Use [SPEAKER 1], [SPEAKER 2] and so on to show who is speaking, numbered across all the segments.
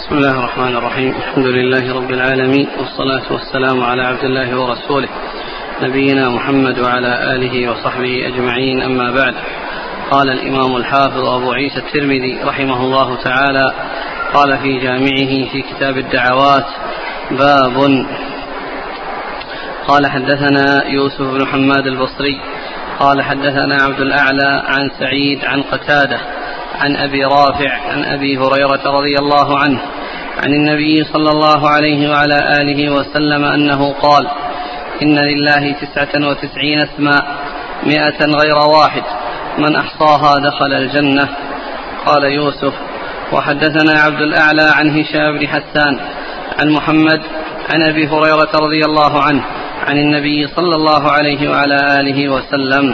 [SPEAKER 1] بسم الله الرحمن الرحيم. الحمد لله رب العالمين، والصلاة والسلام على عبد الله ورسوله نبينا محمد وعلى آله وصحبه أجمعين، أما بعد. قال الإمام الحافظ أبو عيسى الترمذي رحمه الله تعالى قال في جامعه في كتاب الدعوات: باب. قال حدثنا يوسف بن حماد البصري قال حدثنا عبد الأعلى عن سعيد عن قتادة عن أبي رافع عن أبي هريرة رضي الله عنه عن النبي صلى الله عليه وعلى آله وسلم أنه قال: إن لله 99 اسماء 100 غير واحد، من أحصاها دخل الجنة. قال يوسف: وحدثنا عبد الأعلى عن هشام بن حسان عن محمد عن أبي هريرة رضي الله عنه عن النبي صلى الله عليه وعلى آله وسلم.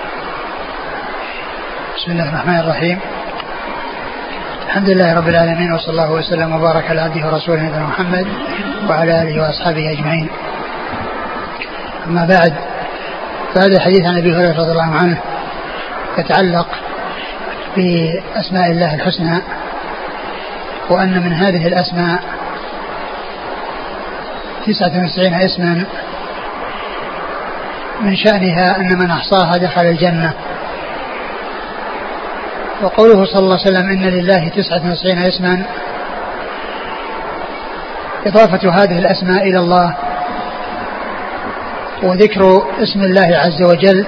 [SPEAKER 2] بسم الله الرحمن الرحيم. الحمد لله رب العالمين، وصلى الله وسلم وبارك على عبده ورسوله نبينا محمد وعلى آله وأصحابه أجمعين. أما بعد، فهذا الحديث عن أبي هريرة رضي الله عنه يتعلق بأسماء الله الحسنى، وأن من هذه الأسماء 99 اسما من شأنها أن من أحصاها دخل الجنة. وقوله صلى الله عليه وسلم: إن لله 99 اسما، إضافة هذه الأسماء إلى الله وذكر اسم الله عز وجل،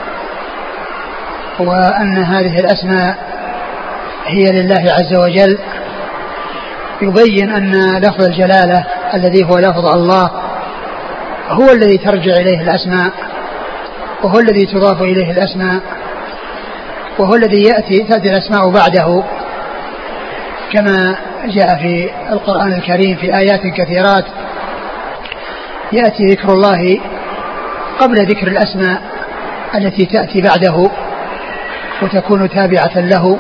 [SPEAKER 2] وأن هذه الأسماء هي لله عز وجل، يبين أن لفظ الجلالة الذي هو لفظ الله هو الذي ترجع إليه الأسماء، وهو الذي تضاف إليه الأسماء، وهو الذي تأتي الأسماء بعده، كما جاء في القرآن الكريم في آيات كثيرات يأتي ذكر الله قبل ذكر الأسماء التي تأتي بعده وتكون تابعة له،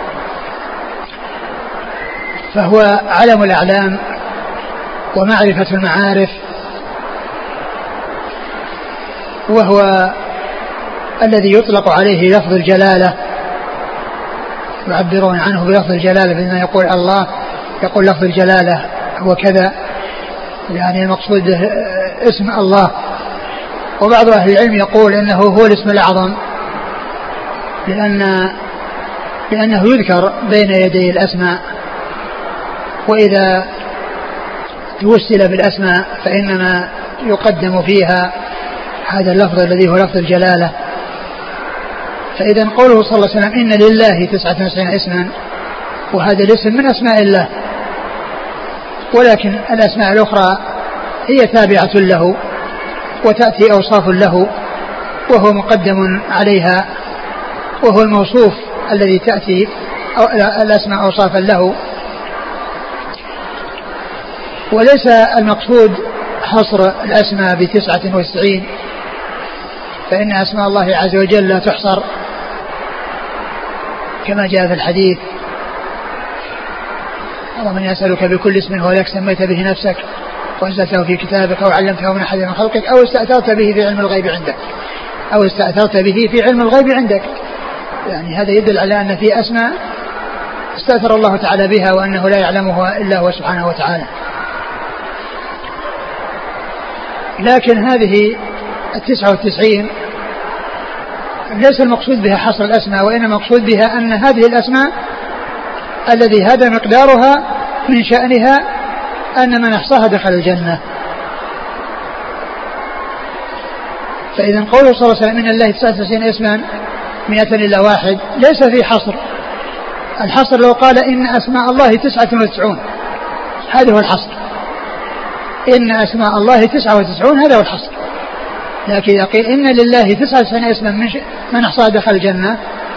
[SPEAKER 2] فهو علم الأعلام ومعرفة المعارف، وهو الذي يطلق عليه لفظ الجلالة، يعبرون عنه بلفظ الجلالة، بما يقول الله يقول لفظ الجلالة هو كذا، يعني المقصود اسم الله. وبعض أهل العلم يقول إنه هو الاسم الأعظم، لأنه يذكر بين يدي الأسماء، وإذا توسل بالأسماء فإنما يقدم فيها هذا اللفظ الذي هو لفظ الجلالة. فإذا قوله صلى الله عليه وسلم: إن لله 99 اسما، وهذا الاسم من أسماء الله، ولكن الأسماء الأخرى هي تابعة له وتأتي أوصاف له، وهو مقدم عليها، وهو الموصوف الذي تأتي الأسماء أوصافا له. وليس المقصود حصر الأسماء ب99، فإن أسماء الله عز وجل لا تحصر، كما جاء في الحديث: اللهم إني أسألك بكل اسم هو لك سميت به نفسك وأنزلته في كتابك أو علمته من أحد من خلقك أو استأثرت به في علم الغيب عندك، يعني هذا يدل على أن في أسماء استأثر الله تعالى بها وأنه لا يعلمها إلا هو سبحانه وتعالى. لكن هذه 99 ليس المقصود بها حصر الأسماء، وإنما المقصود بها أن هذه الأسماء الذي هذا مقدارها من شأنها أن من أحصاها دخل الجنة. فإذا قوله صلى الله عليه وسلم: إن الله 99 اسما 100 إلا واحد، ليس في حصر. الحصر لو قال إن أسماء الله 99، هذا هو الحصر، إن أسماء الله 99، هذا هو الحصر. لكن إذا قيل إن لله 99 اسما من أحصاها دخل الجنة،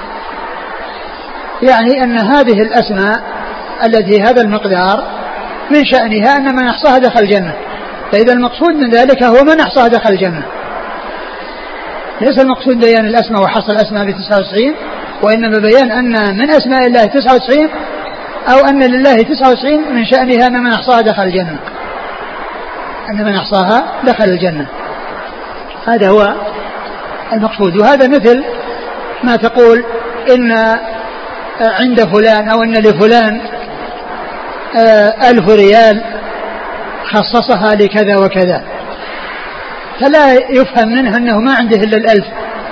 [SPEAKER 2] يعني أن هذه الأسماء التي هذا المقدار من شأنها أن من أحصاها دخل الجنة. فإذا المقصود من ذلك هو من أحصاها دخل الجنة، ليس المقصود بيان الأسماء وحصر الأسماء ب99، وإنما بيان أن من أسماء الله 99، أو أن لله 99 من شأنها أن من أحصاها دخل الجنة، أن من أحصاها دخل الجنة، هذا هو المقصود. وهذا مثل ما تقول إن عند فلان أو إن لفلان 1,000 ريال خصصها لكذا وكذا، فلا يفهم منه أنه ما عنده إلا 1,000،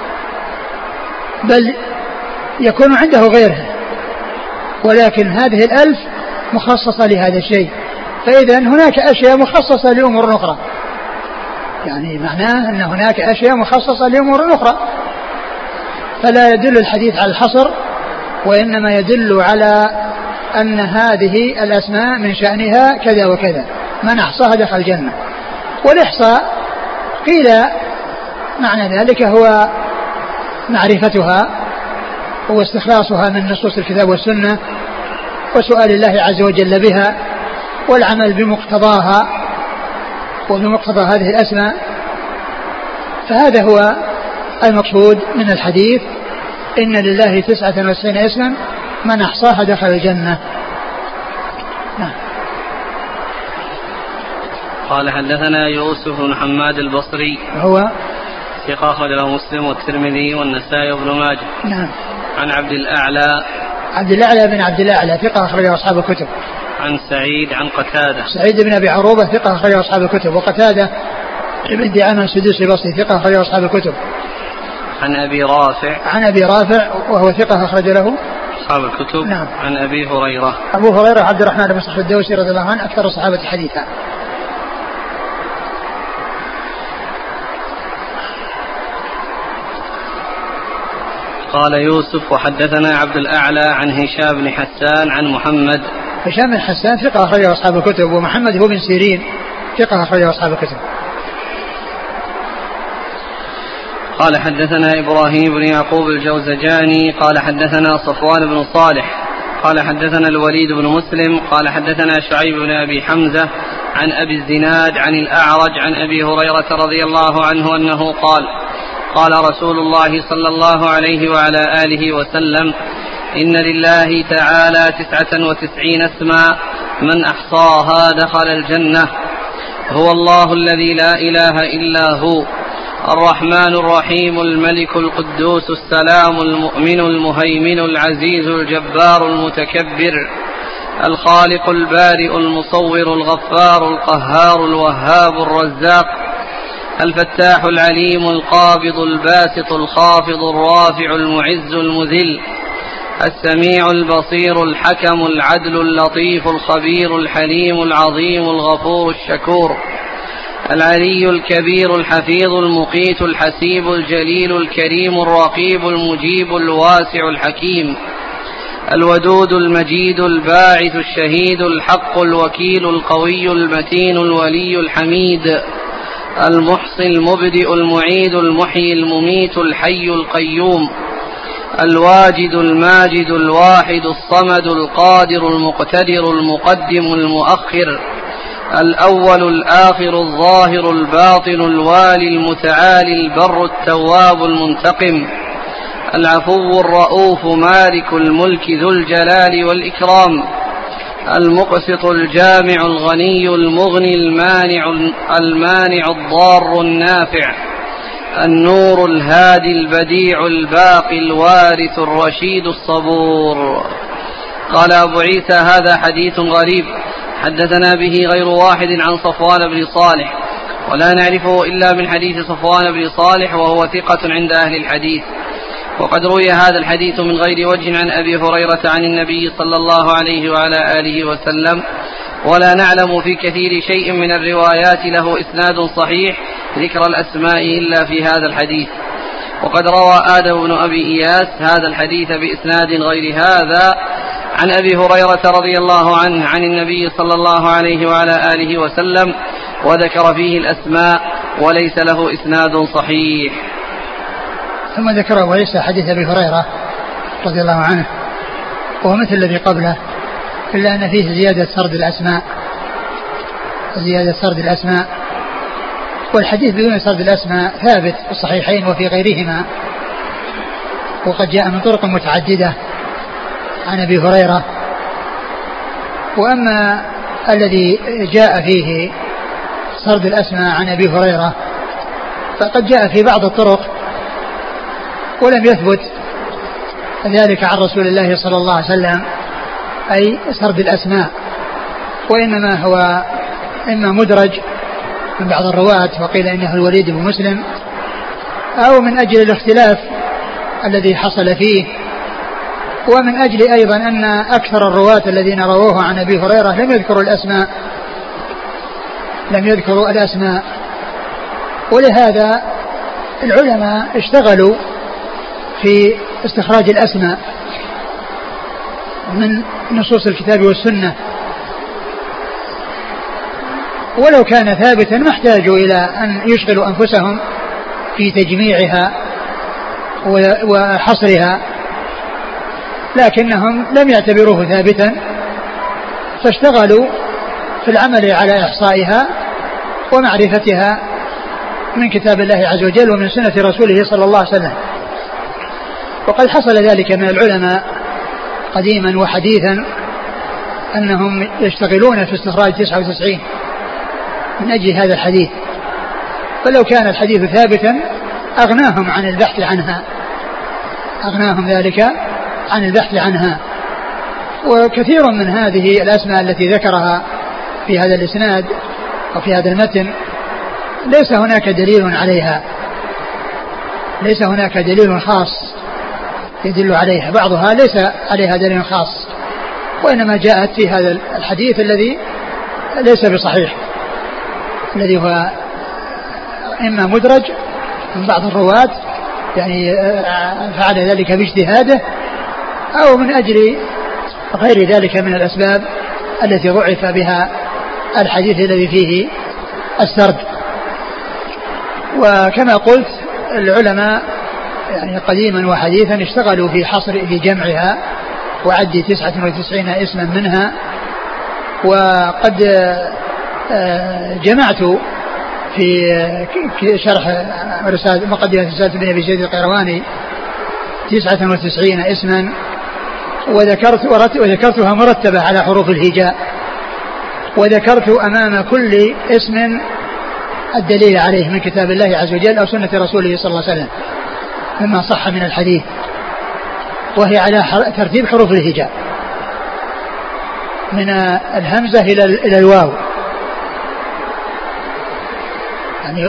[SPEAKER 2] بل يكون عنده غيرها، ولكن هذه 1,000 مخصصة لهذا الشيء. فإذا هناك أشياء مخصصة لأمور أخرى، يعني معناه أن هناك أشياء مخصصة لأمور أخرى، فلا يدل الحديث على الحصر، وإنما يدل على أن هذه الأسماء من شأنها كذا وكذا، من أحصاها دخل الجنة. والإحصاء قيل معنى ذلك هو معرفتها واستخلاصها من نصوص الكتاب والسنة، وسؤال الله عز وجل بها، والعمل بمقتضاها وبمقتضى هذه الأسماء. فهذا هو المقصود من الحديث: إن لله 99 اسما من أحصاها دخل الجنة.
[SPEAKER 1] قال حدثنا يوسف بن حماد البصري
[SPEAKER 2] هو
[SPEAKER 1] ثقة أخرجه مسلم والترمذي والنسائي وابن ماجه.
[SPEAKER 2] نعم.
[SPEAKER 1] عن عبد الأعلى
[SPEAKER 2] بن عبد الأعلى ثقة أخرجه أصحاب الكتب.
[SPEAKER 1] عن سعيد عن قتادة
[SPEAKER 2] سعيد بن أبي عروبة ثقة أخرجه أصحاب الكتب. وقتادة ابن دعامة السدوسي البصري ثقة أخرجه أصحاب الكتب.
[SPEAKER 1] عن أبي رافع وهو ثقة أخرج له
[SPEAKER 2] أصحاب الكتب.
[SPEAKER 1] نعم. عن أبي هريرة
[SPEAKER 2] عبد الرحمن بن صخر الدوسي رضي الله عنه أكثر الصحابة حديثا.
[SPEAKER 1] قال يوسف وحدثنا عبد الأعلى عن هشام بن حسان عن محمد.
[SPEAKER 2] هشام بن حسان ثقة أخرجه أصحاب الكتب، ومحمد هو بن سيرين ثقة أخرجه أصحاب الكتب.
[SPEAKER 1] قال حدثنا إبراهيم بن يعقوب الجوزجاني قال حدثنا صفوان بن صالح قال حدثنا الوليد بن مسلم قال حدثنا شعيب بن أبي حمزة عن أبي الزناد عن الأعرج عن أبي هريرة رضي الله عنه أنه قال: قال رسول الله صلى الله عليه وعلى آله وسلم: إن لله تعالى 99 اسما من أحصاها دخل الجنة، هو الله الذي لا إله إلا هو، الرحمن الرحيم الملك القدوس السلام المؤمن المهيمن العزيز الجبار المتكبر، الخالق البارئ المصور الغفار القهار الوهاب الرزاق، الفتاح العليم القابض الباسط الخافض الرافع المعز المذل، السميع البصير الحكم العدل اللطيف الخبير الحليم العظيم الغفور الشكور، العلي الكبير الحفيظ المقيت الحسيب الجليل الكريم الرقيب المجيب الواسع الحكيم، الودود المجيد الباعث الشهيد الحق الوكيل القوي المتين الولي الحميد، المحصي المبدئ المعيد المحيي المميت الحي القيوم، الواجد الماجد الواحد الصمد القادر المقتدر المقدم المؤخر، الأول الآخر الظاهر الباطن الوالي المتعالي البر التواب المنتقم، العفو الرؤوف مالك الملك ذو الجلال والإكرام، المقسط الجامع الغني المغني المانع الضار النافع، النور الهادي البديع الباقي الوارث الرشيد الصبور. قال أبو عيسى: هذا حديث غريب حدثنا به غير واحد عن صفوان بن صالح، ولا نعرفه إلا من حديث صفوان بن صالح، وهو ثقة عند أهل الحديث. وقد روي هذا الحديث من غير وجه عن أبي هريرة عن النبي صلى الله عليه وعلى آله وسلم، ولا نعلم في كثير شيء من الروايات له إسناد صحيح ذكر الأسماء إلا في هذا الحديث. وقد روى آدم بن أبي إياس هذا الحديث بإسناد غير هذا عن أبي هريرة رضي الله عنه عن النبي صلى الله عليه وعلى آله وسلم، وذكر فيه الأسماء وليس له إسناد صحيح.
[SPEAKER 2] ثم ذكر أبو عيسى حديث أبي هريرة رضي الله عنه، وهو مثل الذي قبله، إلا أن فيه زيادة سرد الأسماء، والحديث بدون سرد الأسماء ثابت في الصحيحين وفي غيرهما، وقد جاء من طرق متعددة عن أبي هريرة. وأما الذي جاء فيه سرد الأسماء عن أبي هريرة فقد جاء في بعض الطرق ولم يثبت ذلك عن رسول الله صلى الله عليه وسلم، أي سرد الأسماء، وإنما هو إما مدرج من بعض الرواة وقيل إنه الوليد بن مسلم، أو من أجل الاختلاف الذي حصل فيه، ومن أجل أيضا أن أكثر الرواة الذين رووه عن أبي هريرة لم يذكروا الأسماء. ولهذا العلماء اشتغلوا في استخراج الأسماء من نصوص الكتاب والسنة، ولو كان ثابتا ما احتاجوا إلى أن يشغلوا أنفسهم في تجميعها وحصرها، لكنهم لم يعتبروه ثابتا فاشتغلوا في العمل على إحصائها ومعرفتها من كتاب الله عز وجل ومن سنة رسوله صلى الله عليه وسلم. وقد حصل ذلك من العلماء قديما وحديثا أنهم يشتغلون في استخراج 99 من أجل هذا الحديث، فلو كان الحديث ثابتا أغناهم عن البحث عنها، أغناهم ذلك عن البحث عنها. وكثير من هذه الأسماء التي ذكرها في هذا الإسناد وفي هذا المتن ليس هناك دليل عليها، ليس هناك دليل خاص يدل عليها، بعضها ليس عليها دليل خاص، وإنما جاءت في هذا الحديث الذي ليس بصحيح، الذي هو إما مدرج من بعض الرواة يعني فعل ذلك باجتهاده، أو من أجل غير ذلك من الأسباب التي ضعف بها الحديث الذي فيه السرد. وكما قلت العلماء يعني قديما وحديثا اشتغلوا في جمعها وعد 99 اسما منها، وقد جمعت في شرح مقدمة رسالة ابن أبي زيد القيرواني 99 اسما، وذكرتها مرتبة على حروف الهجاء، وذكرت أمام كل اسم الدليل عليه من كتاب الله عز وجل أو سنة رسوله صلى الله عليه وسلم مما صح من الحديث، وهي على ترتيب حروف الهجاء من الهمزة إلى الواو، يعني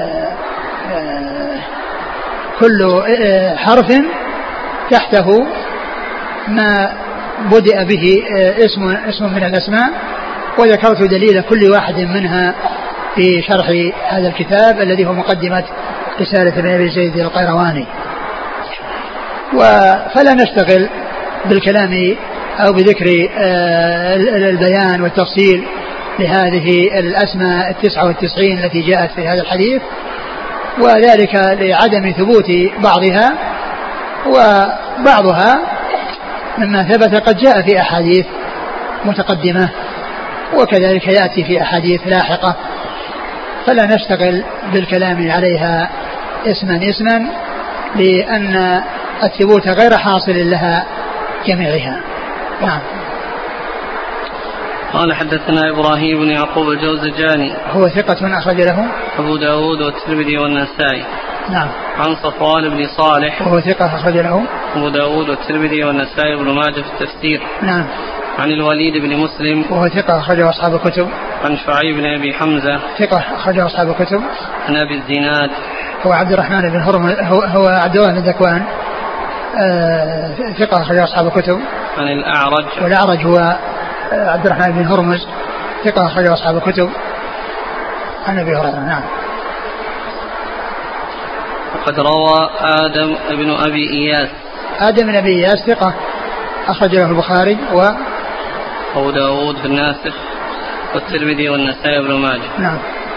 [SPEAKER 2] كل حرف تحته ما بدأ به اسم من الأسماء، وذكرت دليل كل واحد منها في شرح هذا الكتاب الذي هو مقدمة رسالة ابن أبي زيد القيرواني. فلا نشتغل بالكلام أو بذكر البيان والتفصيل لهذه الأسماء 99 التي جاءت في هذا الحديث، وذلك لعدم ثبوت بعضها، وبعضها مما ثبت قد جاء في أحاديث متقدمة وكذلك يأتي في أحاديث لاحقة، فلا نشتغل بالكلام عليها اسما لأن الثبوت غير حاصل لها جميعها. نعم.
[SPEAKER 1] قال حدثنا إبراهيم بن يعقوب الجوزجاني
[SPEAKER 2] هو ثقة أخرج له
[SPEAKER 1] أبو داود والترمذي والنسائي.
[SPEAKER 2] نعم.
[SPEAKER 1] عن صفوان بن صالح
[SPEAKER 2] وهو ثقة أخرج له
[SPEAKER 1] أبو داود والترمذي والنسائي بن ماجه في التفسير.
[SPEAKER 2] نعم.
[SPEAKER 1] عن الوليد بن مسلم
[SPEAKER 2] وهو ثقة أخرجه أصحاب الكتب.
[SPEAKER 1] عن شعيب بن أبي حمزة
[SPEAKER 2] ثقة أخرجه أصحاب الكتب.
[SPEAKER 1] عن أبي الزناد
[SPEAKER 2] هو عبد الرحمن بن هرمز هو عبد الله بن ذكوان ثقة أخرجه أصحاب الكتب.
[SPEAKER 1] عن الأعرج
[SPEAKER 2] والأعرج هو عبد الرحمن بن هرمز ثقة أخرجه أصحاب الكتب عن أبي هريرة. نعم.
[SPEAKER 1] وقد روى آدم بن أبي إياس
[SPEAKER 2] آدم بن أبي إياس ثقة أخرج له البخاري
[SPEAKER 1] أبو داود في الناسخ والترمذي والنسائي بن ماجه.
[SPEAKER 2] نعم.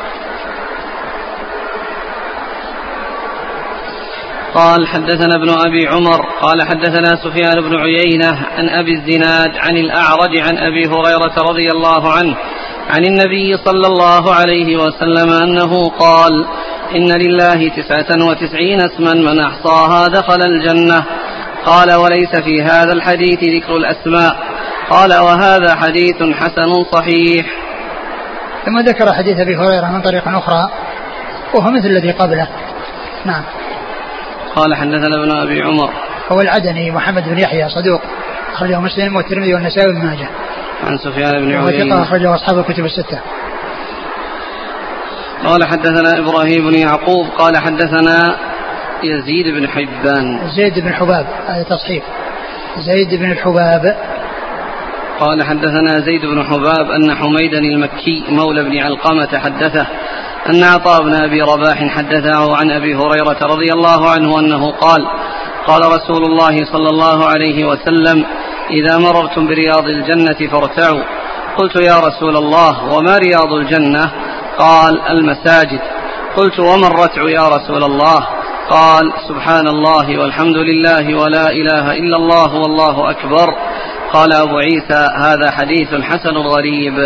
[SPEAKER 1] قال حدثنا ابن أبي عمر قال حدثنا سفيان بن عيينة عن أبي الزناد عن الأعرج عن أبي هريرة رضي الله عنه عن النبي صلى الله عليه وسلم أنه قال إن لله 99 اسما من أحصاها دخل الجنة. قال وليس في هذا الحديث ذكر الأسماء. قال وهذا حديث حسن صحيح.
[SPEAKER 2] ثم ذكر حديث أبي هريرة من طريق أخرى وهو مثل الذي قبله. نعم.
[SPEAKER 1] قال حدثنا ابن أبي عمر
[SPEAKER 2] هو العدني محمد بن يحيى صدوق أخرجه مسلم والترمذي والنسائي بن ماجه.
[SPEAKER 1] عن سفيان بن عيينة
[SPEAKER 2] أخرجه أصحاب الكتب الستة.
[SPEAKER 1] قال حدثنا إبراهيم بن يعقوب قال حدثنا يزيد بن حبان.
[SPEAKER 2] زيد بن حباب هذا تصحيف زيد بن الحباب.
[SPEAKER 1] قال حدثنا زيد بن حباب أن حميدا المكي مولى بن علقمة حدثه أن عطاء بن أبي رباح حدثه عن أبي هريرة رضي الله عنه أنه قال قال رسول الله صلى الله عليه وسلم إذا مررتم برياض الجنة فارتعوا. قلت يا رسول الله وما رياض الجنة؟ قال المساجد. قلت وما الرتع يا رسول الله؟ قال سبحان الله والحمد لله ولا إله إلا الله والله أكبر. قال أبو عيسى هذا حديث حسن غريب.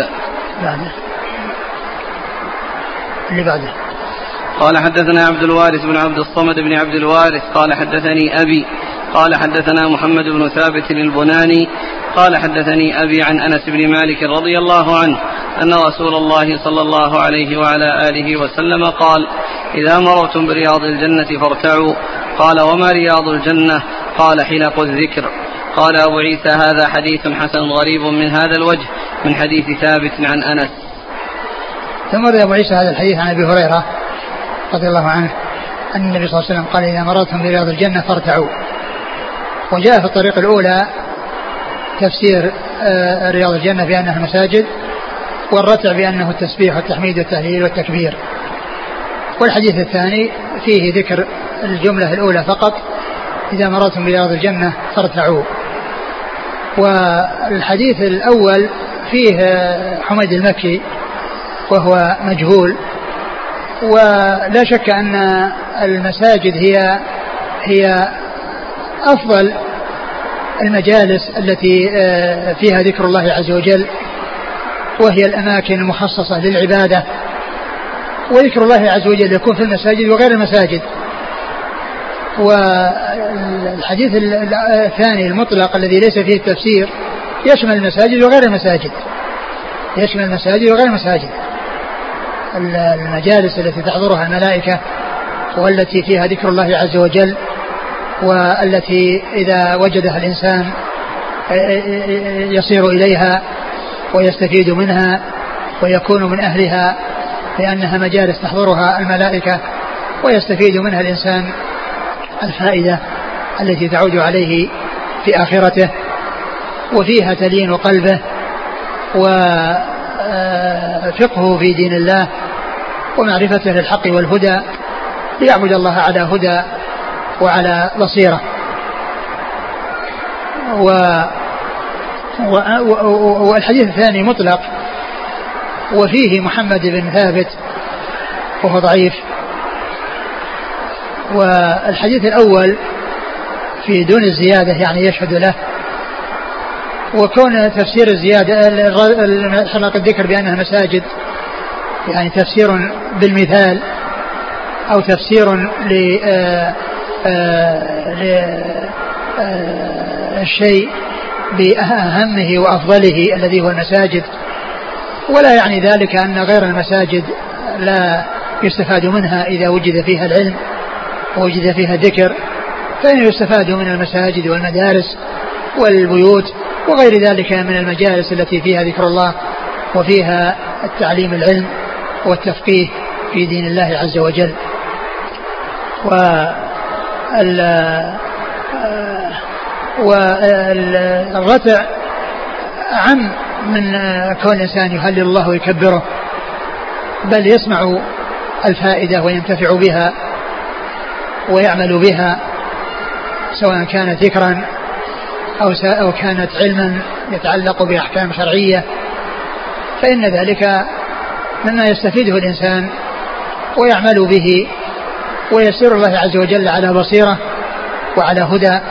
[SPEAKER 2] اللي بعده
[SPEAKER 1] قال حدثنا عبد الوارث بن عبد الصمد بن عبد الوارث قال حدثني أبي قال حدثنا محمد بن ثابت البناني قال حدثني أبي عن أنس بن مالك رضي الله عنه أن رسول الله صلى الله عليه وعلى آله وسلم قال إذا مررتم برياض الجنة فارتعوا. قال وما رياض الجنة؟ قال حلق الذكر. قال أبو عيسى هذا حديث حسن غريب من هذا الوجه من حديث ثابت عن أنس.
[SPEAKER 2] ثم روى أبو عيسى هذا الحديث عن أبي هريرة رضي الله عنه أن النبي صلى الله عليه وسلم قال إذا مررتم برياض الجنة فارتعوا. وجاء في الطريق الأولى تفسير رياض الجنة بأنها مساجد، والرتع بأنه التسبيح والتحميد والتهليل والتكبير. والحديث الثاني فيه ذكر الجملة الأولى فقط إذا مررتم برياض الجنة فارتعوا. والحديث الأول فيه حميد المكي وهو مجهول، ولا شك أن المساجد هي أفضل المجالس التي فيها ذكر الله عز وجل، وهي الأماكن المخصصة للعبادة. وذكر الله عز وجل يكون في المساجد وغير المساجد. والحديث الثاني المطلق الذي ليس فيه التفسير يشمل المساجد وغير المساجد، يشمل المساجد وغير المساجد، المجالس التي تحضرها الملائكة والتي فيها ذكر الله عز وجل، والتي إذا وجدها الإنسان يصير إليها ويستفيد منها ويكون من أهلها، لأنها مجالس تحضرها الملائكة ويستفيد منها الإنسان الفائدة التي تعود عليه في آخرته، وفيها تلين قلبه وفقه في دين الله ومعرفته للحق والهدى ليعبد الله على هدى وعلى بصيرة. والحديث الثاني مطلق وفيه محمد بن ثابت وهو ضعيف. والحديث الأول في دون الزيادة يعني يشهد له، وكون تفسير الزيادة حلق الذكر بأنها مساجد يعني تفسير بالمثال أو تفسير للشيء بأهمه وأفضله الذي هو المساجد، ولا يعني ذلك أن غير المساجد لا يستفاد منها إذا وجد فيها العلم ووجد فيها ذكر، فإن يستفاد من المساجد والمدارس والبيوت وغير ذلك من المجالس التي فيها ذكر الله وفيها التعليم العلم والتفقيه في دين الله عز وجل. والرتع عم من كون الإنسان يهلل الله ويكبره، بل يسمع الفائدة وينتفع بها ويعمل بها، سواء كانت ذكرا أو كانت علما يتعلق بأحكام شرعية، فإن ذلك مما يستفيده الإنسان ويعمل به ويسير الله عز وجل على بصيرة وعلى هدى.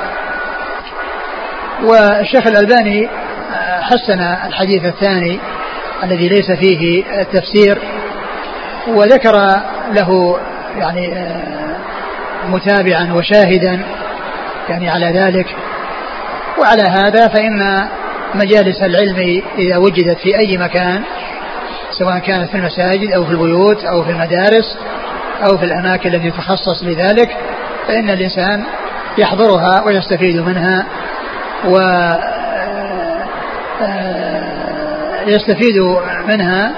[SPEAKER 2] والشيخ الألباني حسن الحديث الثاني الذي ليس فيه التفسير، وذكر له يعني متابعا وشاهدا يعني على ذلك. وعلى هذا فإن مجالس العلم إذا وجدت في أي مكان، سواء كانت في المساجد أو في البيوت أو في المدارس أو في الأماكن التي تخصص لذلك، فإن الإنسان يحضرها ويستفيد منها يستفيد منها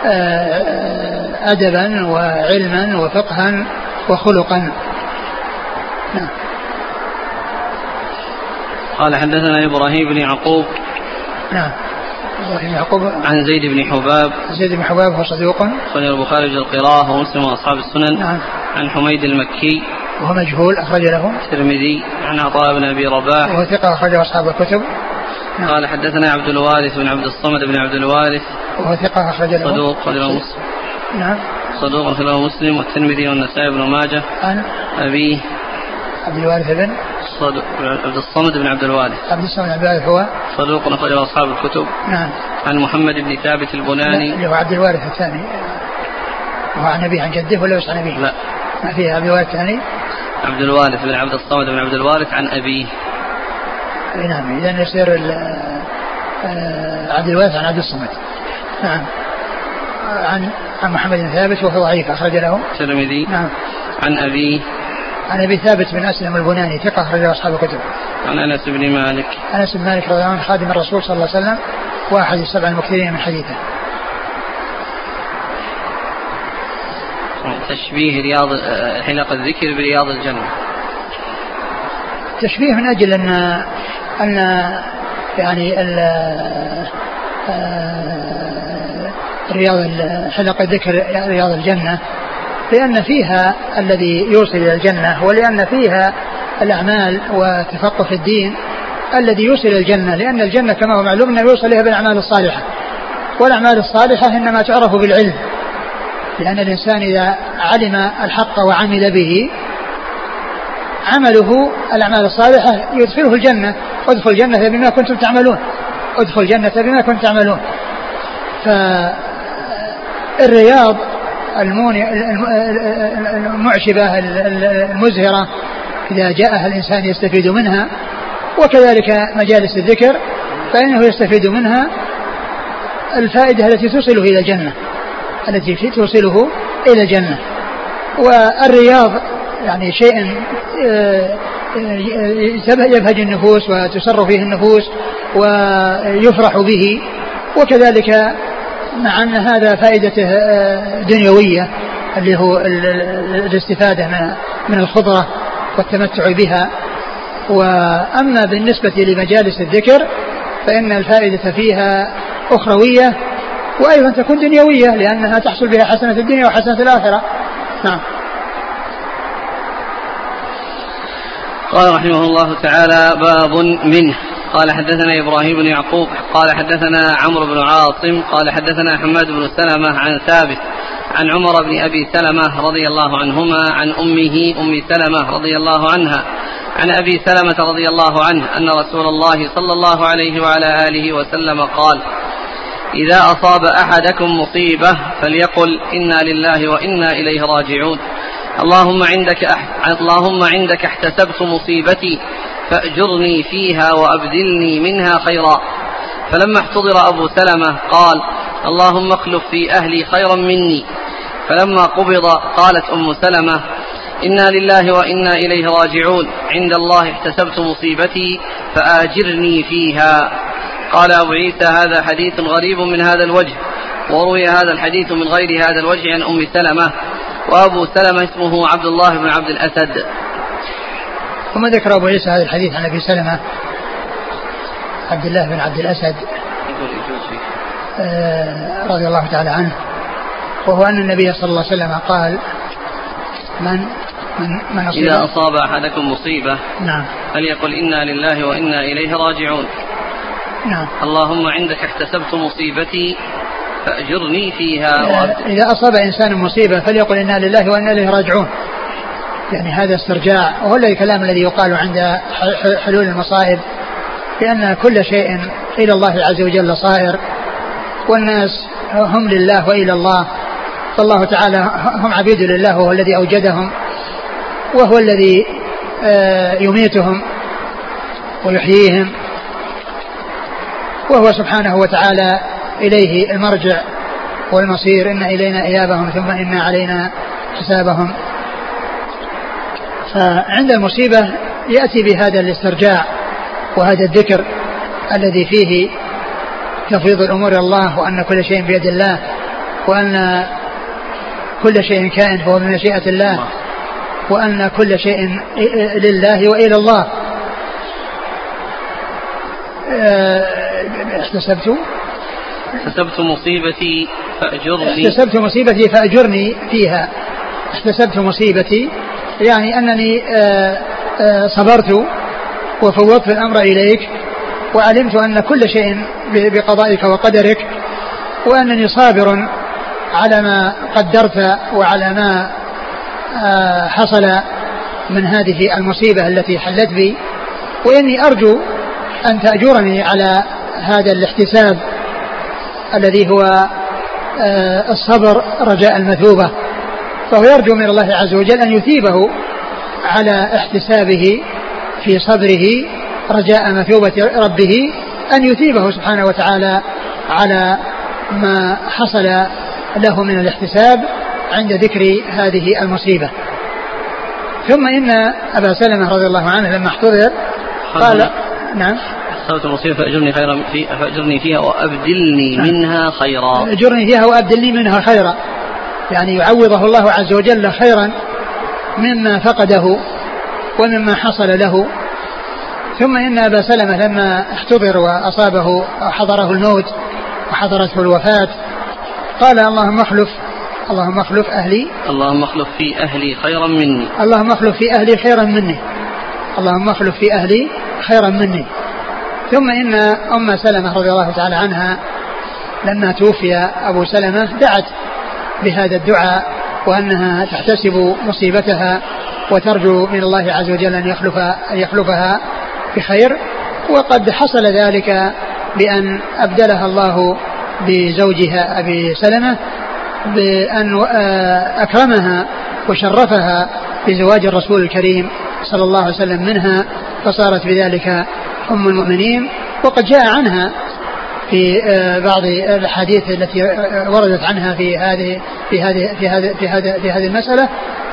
[SPEAKER 2] أدبا وعلما وفقها وخلقا. نعم.
[SPEAKER 1] قال حدثنا إبراهيم بن يعقوب.
[SPEAKER 2] نعم. إبراهيم يعقوب
[SPEAKER 1] عن زيد بن حباب.
[SPEAKER 2] زيد بن حباب هو صدوق
[SPEAKER 1] أخرج البخاري في القراءة ومسلم وأصحاب السنن.
[SPEAKER 2] نعم.
[SPEAKER 1] عن حميد المكي
[SPEAKER 2] وهو مجهول أخرج له
[SPEAKER 1] الترمذي. عن عطاء بن أبي رباح
[SPEAKER 2] وهو ثقة أخرج أصحاب الكتب.
[SPEAKER 1] نعم. قال حدثنا عبد الوارث بن عبد الصمد بن عبد الوارث
[SPEAKER 2] وهو ثقة أخرج له
[SPEAKER 1] صدوق أخرج له مسلم.
[SPEAKER 2] نعم.
[SPEAKER 1] صدوق أخرج له مسلم والترمذي والنسائي بن ماجه.
[SPEAKER 2] عن
[SPEAKER 1] أبيه
[SPEAKER 2] عبد الوارث بن
[SPEAKER 1] عبد الصمد بن عبد الوارث.
[SPEAKER 2] عبد الصمد بن عبد الوارث هو
[SPEAKER 1] صدوق أخرجه أصحاب الكتب.
[SPEAKER 2] نعم.
[SPEAKER 1] عن محمد بن ثابت البناني
[SPEAKER 2] اللي هو عبد الوارث الثاني وهو عن أبيه عن جده ولا عن أبيه؟
[SPEAKER 1] لا،
[SPEAKER 2] ما فيه عبد الوارث الثاني.
[SPEAKER 1] عبد الوارث بن عبد الصمد بن عبد الوارث عن أبيه.
[SPEAKER 2] نعم. إذن يصير عبد الوارث عن عبد الصمد. نعم. عن محمد بن ثابت وهو ضعيف أخرج له
[SPEAKER 1] الترمذي.
[SPEAKER 2] نعم.
[SPEAKER 1] عن أبيه
[SPEAKER 2] عن أبي ثابت بن أسلم البناني ثقة أخرج أصحاب الكتب.
[SPEAKER 1] عن أنس بن مالك.
[SPEAKER 2] أنس بن مالك رضي الله عنه خادم الرسول صلى الله عليه وسلم واحد السبع المكثرين من حديثه.
[SPEAKER 1] تشبيه رياض حلق الذكر برياض الجنة.
[SPEAKER 2] تشبيه من أجل أن يعني رياض حلق الذكر رياض الجنة لأن فيها الذي يوصل إلى الجنة ولأن فيها الأعمال وتفقه في الدين الذي يوصل إلى الجنة لأن الجنة كما هو معلوم أنه يوصل إليها بالأعمال الصالحة والأعمال الصالحة إنما تعرف بالعلم لأن الإنسان إذا علم الحق وعمل به عمله الأعمال الصالحة يدخله الجنة. ادخل الجنة بما كنتم تعملون ادخل الجنة بما كنتم تعملون. فالرياض المعشبة المزهرة إذا جاءها الإنسان يستفيد منها وكذلك مجالس الذكر فإنه يستفيد منها الفائدة التي توصله إلى الجنة التي توصله إلى الجنة. والرياض يعني شيء يبهج النفوس وتسر فيه النفوس ويفرح به وكذلك مع أن هذا فائدته دنيوية اللي هو الاستفادة من الخضرة والتمتع بها. وأما بالنسبة لمجالس الذكر فإن الفائدة فيها أخروية وأيضا تكون دنيوية لأنها تحصل بها حسنة الدنيا وحسنة الآخرة. نعم.
[SPEAKER 1] قال رحمه الله تعالى باب منه. قال حدثنا إبراهيم بن يعقوب قال حدثنا عمرو بن عاصم قال حدثنا حماد بن سلمة عن ثابت عن عمر بن أبي سلمة رضي الله عنهما عن أمه أم سلمة رضي الله عنها عن أبي سلمة رضي الله عنه أن رسول الله صلى الله عليه وعلى آله وسلم قال إذا أصاب أحدكم مصيبة فليقل إنا لله وإنا إليه راجعون اللهم عندك احتسبت مصيبتي فأجرني فيها وأبدلني منها خيرا. فلما احتضر أبو سلمة قال اللهم اخلف في أهلي خيرا مني. فلما قبض قالت أم سلمة إنا لله وإنا إليه راجعون عند الله احتسبت مصيبتي فآجرني فيها. قال أبو عيسى هذا حديث غريب من هذا الوجه وروي هذا الحديث من غير هذا الوجه عن أم سلمة وأبو سلمة اسمه عبد الله بن عبد الأسد.
[SPEAKER 2] ثم ذكر أبو عيسى هذا الحديث عن أبي سلمة عبد الله بن عبد الأسد رضي الله تعالى عنه وهو أن النبي صلى الله عليه وسلم قال من
[SPEAKER 1] إذا أصاب أحدكم مصيبة
[SPEAKER 2] نعم
[SPEAKER 1] فليقل إنا لله وإنا إليه راجعون.
[SPEAKER 2] نعم.
[SPEAKER 1] اللهم عندك احتسبت مصيبتي فأجرني فيها.
[SPEAKER 2] إذا أصاب إنسان مصيبة فليقل إنا لله وإنا إليه راجعون يعني هذا استرجاع وهو الكلام الذي يقال عند حلول المصائب لأن كل شيء إلى الله عز وجل صائر والناس هم لله وإلى الله فالله تعالى هم عبيد لله وهو الذي أوجدهم وهو الذي يميتهم ويحييهم وهو سبحانه وتعالى إليه المرجع والمصير إن إلينا إيابهم ثم إن علينا حسابهم. فعند المصيبة يأتي بهذا الاسترجاع وهذا الذكر الذي تفويض الأمور إلى الله، وأن كل شيء بيد الله، وأن كل شيء كائن فهو بمشيئة الله، وأن كل شيء لله وإلى الله.
[SPEAKER 1] احتسبت مصيبتي فأجرني،
[SPEAKER 2] احتسبت مصيبتي فأجرني فيها. احتسبت مصيبتي يعني أنني صبرت وفوضت الأمر إليك، وعلمت أن كل شيء بقضائك وقدرك، وأنني صابر على ما قدرت وعلى ما حصل من هذه المصيبة التي حلت بي، وإني أرجو أن تأجرني على هذا الاحتساب الذي هو الصبر رجاء المثوبة. فهو يرجو من الله عز وجل أن يثيبه على احتسابه في صبره رجاء مثوبة ربه، أن يثيبه سبحانه وتعالى على ما حصل له من الاحتساب عند ذكر هذه المصيبة. ثم إن أبا سلمة رضي الله عنه لما احتضر قال: نعم،
[SPEAKER 1] احتسبت مصيبة فأجرني فيها وأبدلني منها خيرا.
[SPEAKER 2] أجرني فيها وأبدلني منها خيرا، يعني يعوضه الله عز وجل خيرا مما فقده ومما حصل له. ثم إن أبا سلمة لما احتضر وأصابه حضره الموت وحضرته الوفاة قال: اللهم اخلف أهلي،
[SPEAKER 1] اللهم اخلف في أهلي خيرا مني،
[SPEAKER 2] اللهم اخلف في أهلي خيرا مني، اللهم اخلف في أهلي خيرا مني. ثم إن أم سلمة رضي الله تعالى عنها لما توفي أبو سلمة دعت بهذا الدعاء، وأنها تحتسب مصيبتها وترجو من الله عز وجل أن يخلفها بخير. وقد حصل ذلك بأن أبدلها الله بزوجها أبي سلمة، بأن أكرمها وشرفها بزواج الرسول الكريم صلى الله عليه وسلم منها، فصارت بذلك أم المؤمنين. وقد جاء عنها في بعض الحديث التي وردت عنها في هذه المسألة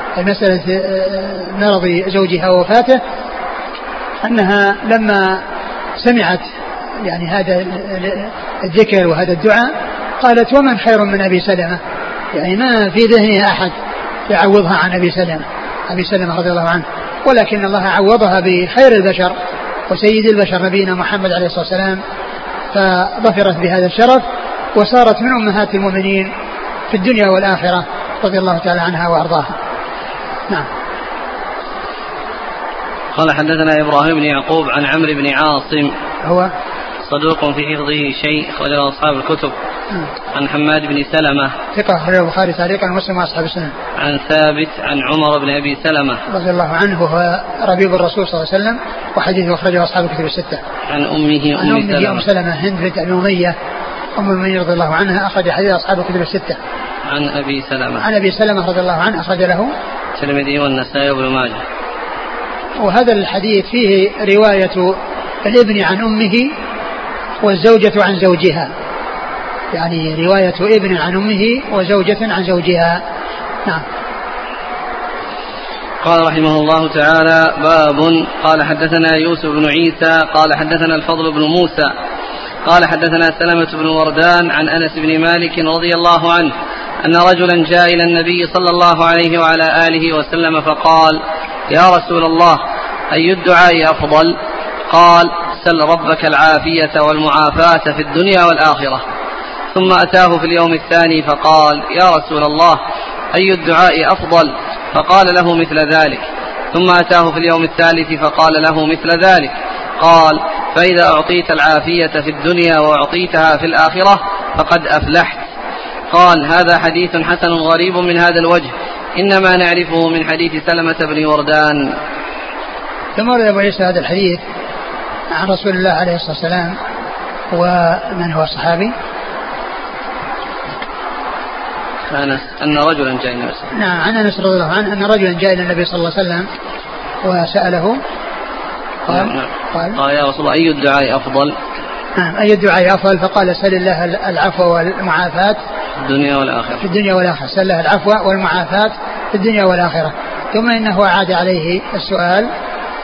[SPEAKER 2] مرض زوجها ووفاته، أنها لما سمعت يعني هذا الذكر وهذا الدعاء قالت: ومن خير من أبي سلمة؟ يعني ما في ذهنها أحد يعوضها عن أبي سلمة رضي الله عنه، ولكن الله عوضها بخير البشر وسيد البشر نبينا محمد عليه الصلاة والسلام، فظفرت بهذا الشرف وصارت من أمهات المؤمنين في الدنيا والآخرة رضي الله تعالى عنها وأرضاها. نعم.
[SPEAKER 1] قال: حدثنا إبراهيم بن يعقوب عن عمرو بن عاصم،
[SPEAKER 2] هو
[SPEAKER 1] صدوق في حفظه شيء، أخرجه أصحاب الكتب. عن حماد بن سلمة،
[SPEAKER 2] ثقة، أخرجه البخاري تعليقا ومسلم وأصحاب السنن.
[SPEAKER 1] عن ثابت عن عمر بن أبي سلمة
[SPEAKER 2] رضي الله عنه، وهو ربيب الرسول صلى الله عليه وسلم، وحديثه أخرجه أصحاب الكتب الستة.
[SPEAKER 1] عن أمه
[SPEAKER 2] أم سلمة هند بنت أبي أمية أم المؤمنين رضي الله عنها، أخرج حديث أصحاب الكتب الستة.
[SPEAKER 1] عن أبي سلمة
[SPEAKER 2] رضي الله عنه، أخرج له
[SPEAKER 1] الترمذي والنسائي وابن ماجه.
[SPEAKER 2] وهذا الحديث فيه رواية الابن عن أمه والزوجة عن زوجها، يعني رواية ابن عن أمه وزوجة عن زوجها. نعم.
[SPEAKER 1] قال رحمه الله تعالى: باب. قال: حدثنا يوسف بن عيسى قال حدثنا الفضل بن موسى قال حدثنا سلمة بن وردان عن أنس بن مالك رضي الله عنه أن رجلا جاء إلى النبي صلى الله عليه وعلى آله وسلم فقال: يا رسول الله، أي الدعاء أفضل؟ قال: سل ربك العافية والمعافاة في الدنيا والآخرة. ثم أتاه في اليوم الثاني فقال: يا رسول الله، أي الدعاء أفضل؟ فقال له مثل ذلك. ثم أتاه في اليوم الثالث فقال له مثل ذلك. قال: فإذا أعطيت العافية في الدنيا وأعطيتها في الآخرة فقد أفلحت. قال: هذا حديث حسن غريب من هذا الوجه، إنما نعرفه من حديث سلمة بن وردان.
[SPEAKER 2] ثم روى أبو عيسى هذا الحديث عن رسول الله عليه الصلاة والسلام. ومن هو الصحابي؟
[SPEAKER 1] أن رجلا جاء إلى النبي.
[SPEAKER 2] نعم، عن أنس رضي الله عنه أن رجلا جاء إلى النبي صلى الله عليه وسلم وسأله
[SPEAKER 1] قال: يا رسول الله، أي الدعاء أفضل؟
[SPEAKER 2] نعم، أي الدعاء أفضل؟ فقال: سل الله العفو والمعافاة
[SPEAKER 1] في الدنيا والآخرة.
[SPEAKER 2] في الدنيا والآخرة، سل الله العفو والمعافاة في الدنيا والآخرة. ثم إنه أعاد عليه السؤال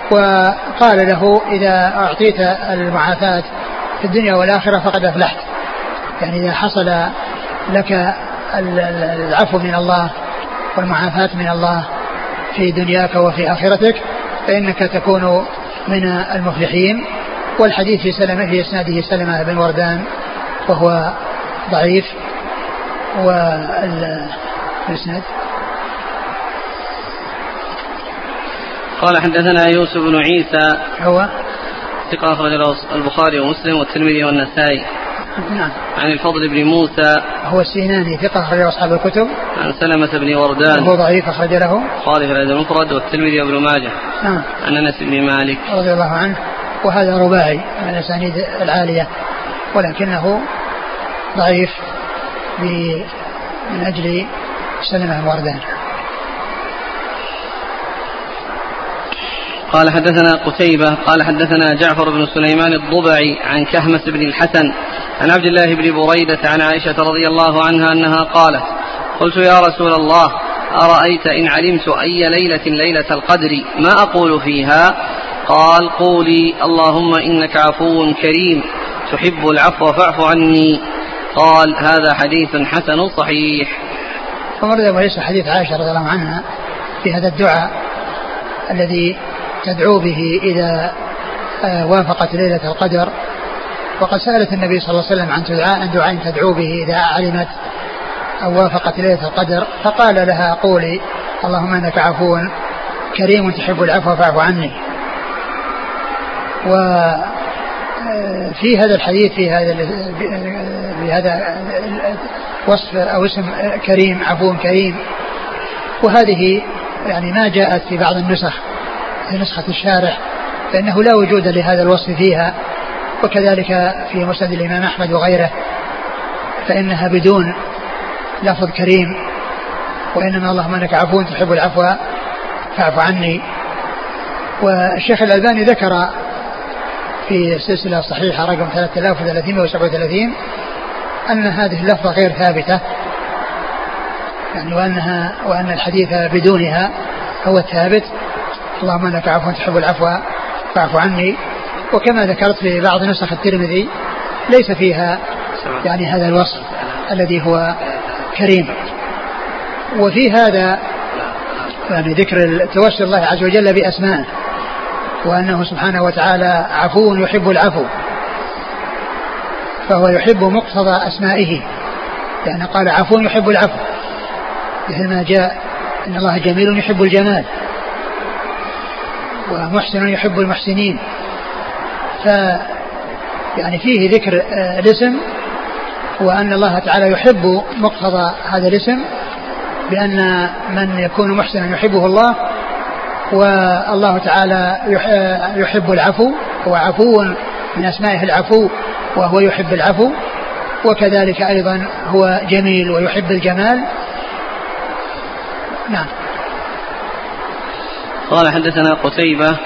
[SPEAKER 2] وقال له: إذا أعطيت المعافاة في الدنيا والآخرة فقد أفلحت. يعني إذا حصل لك العفو من الله والمعافاة من الله في دنياك وفي آخرتك فإنك تكون من المفلحين. والحديث في إسناده سلمة بن وردان وهو ضعيف. والإسناد
[SPEAKER 1] قال حدثنا يوسف بن عيسى
[SPEAKER 2] هو
[SPEAKER 1] ثقة أخرج له البخاري ومسلم والترمذي والنسائي.
[SPEAKER 2] نعم.
[SPEAKER 1] عن الفضل بن موسى
[SPEAKER 2] هو السيناني ثقة أخرج له أصحاب الكتب.
[SPEAKER 1] عن سلمة بن وردان
[SPEAKER 2] هو ضعيف أخرج له
[SPEAKER 1] البخاري في الأدب المفرد والترمذي وابن ماجه.
[SPEAKER 2] نعم.
[SPEAKER 1] عن أنس بن مالك
[SPEAKER 2] رضي الله عنه وهذا رباعي من الأسانيد العالية ولكنه ضعيف من أجل سلمة بن وردان.
[SPEAKER 1] قال حدثنا قتيبة قال حدثنا جعفر بن سليمان الضبعي عن كهمس بن الحسن عن عبد الله بن بريدة عن عائشة رضي الله عنها أنها قالت قلت يا رسول الله أرأيت إن علمت أي ليلة ليلة القدر ما أقول فيها؟ قال قولي اللهم إنك عفو كريم تحب العفو فاعف عني. قال هذا حديث حسن صحيح.
[SPEAKER 2] فورد وليس حديث عائشة رضي الله عنها في هذا الدعاء الذي تدعو به إذا وافقت ليلة القدر. وقد سألت النبي صلى الله عليه وسلم عن دعاء تدعو به إذا علمت أو وافقت ليلة القدر فقال لها قولي اللهم إنك عفو كريم تحب العفو فاعف عني. وفي هذا الحديث في هذا وصف أو اسم كريم عفو كريم. وهذه يعني ما جاءت في بعض النسخ في نسخة الشارح فإنه لا وجود لهذا الوصف فيها. وكذلك في مسند الإمام أحمد وغيره فإنها بدون لفظ كريم وإنما اللهم إنك عفو تحب العفو فاعف عني. والشيخ الألباني ذكر في السلسلة الصحيحة رقم 3337 أن هذه اللفظة غير ثابتة يعني وأن الحديث بدونها هو الثابت اللهم إنك عفو تحب العفو فاعف عني. وكما ذكرت في بعض نسخ الترمذي ليس فيها يعني هذا الوصف الذي هو كريم. وفي هذا يعني ذكر توسل الله عز وجل بأسمائه وأنه سبحانه وتعالى عفو يحب العفو فهو يحب مقتضى أسمائه يعني قال عفو يحب العفو مثل ما جاء إن الله جميل يحب الجمال ومحسن يحب المحسنين. يعني فيه ذكر الاسم وأن الله تعالى يحب مقتضى هذا الاسم بأن من يكون محسنا يحبه الله والله تعالى يحب العفو هو عفو من أسمائه العفو وهو يحب العفو وكذلك أيضا هو جميل ويحب الجمال. نعم.
[SPEAKER 1] قال حدثنا قتيبة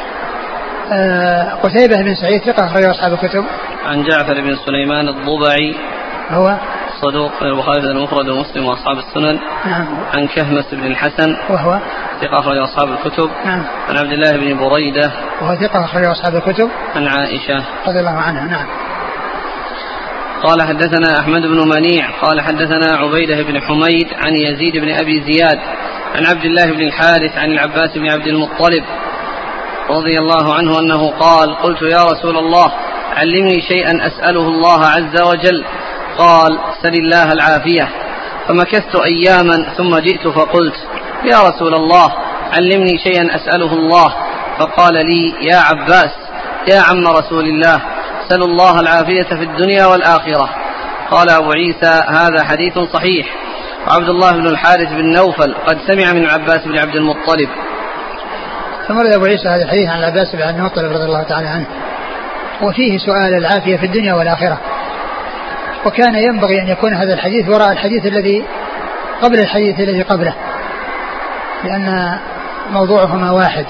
[SPEAKER 2] قتيبة بن سعيد ثقة أخرج أصحاب الكتب.
[SPEAKER 1] عن جعفر بن سليمان الضبعي
[SPEAKER 2] هو
[SPEAKER 1] صدوق البخاري المفرد ومسلم وأصحاب السنن.
[SPEAKER 2] نعم.
[SPEAKER 1] عن كهمس بن الحسن
[SPEAKER 2] وهو
[SPEAKER 1] ثقة أخرج أصحاب الكتب.
[SPEAKER 2] نعم.
[SPEAKER 1] عن عبد الله بن بريدة
[SPEAKER 2] وهو ثقة أخرج أصحاب الكتب.
[SPEAKER 1] عن عائشة
[SPEAKER 2] رضي الله عنها. نعم.
[SPEAKER 1] قال حدثنا أحمد بن منيع قال حدثنا عبيدة بن حميد عن يزيد بن أبي زياد عن عبد الله بن الحارث عن العباس بن عبد المطلب رضي الله عنه أنه قال قلت يا رسول الله علمني شيئا أسأله الله عز وجل. قال سل الله العافية. فمكثت أياما ثم جئت فقلت يا رسول الله علمني شيئا أسأله الله. فقال لي يا عباس يا عم رسول الله سل الله العافية في الدنيا والآخرة. قال أبو عيسى هذا حديث صحيح. وعبد الله بن الحارث بن نوفل قد سمع من العباس بن عبد المطلب.
[SPEAKER 2] ثم رد أبو عيسى هذا الحديث عن العباس بن عبد المطلب رضي الله تعالى عنه وفيه سؤال العافية في الدنيا والآخرة. وكان ينبغي أن يكون هذا الحديث وراء الحديث الذي قبل الحديث الذي قبله لأن موضوعهما واحد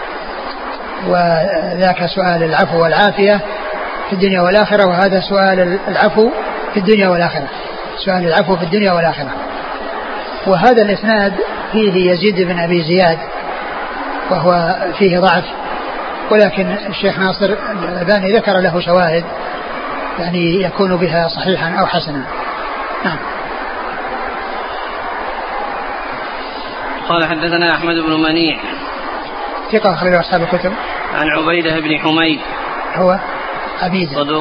[SPEAKER 2] وذاك سؤال العفو والعافية في الدنيا والآخرة وهذا سؤال العفو في الدنيا والآخرة سؤال العفو في الدنيا والآخرة. وهذا الإسناد فيه يزيد بن أبي زياد وهو فيه ضعف ولكن الشيخ ناصر الألباني ذكر له شواهد يعني يكون بها صحيحا أو حسنا. نعم.
[SPEAKER 1] قال حدثنا أحمد بن منيع
[SPEAKER 2] ثقة أخرج أصحاب الكتب.
[SPEAKER 1] عن عبيدة بن حميد
[SPEAKER 2] هو عبيدة
[SPEAKER 1] صدوق.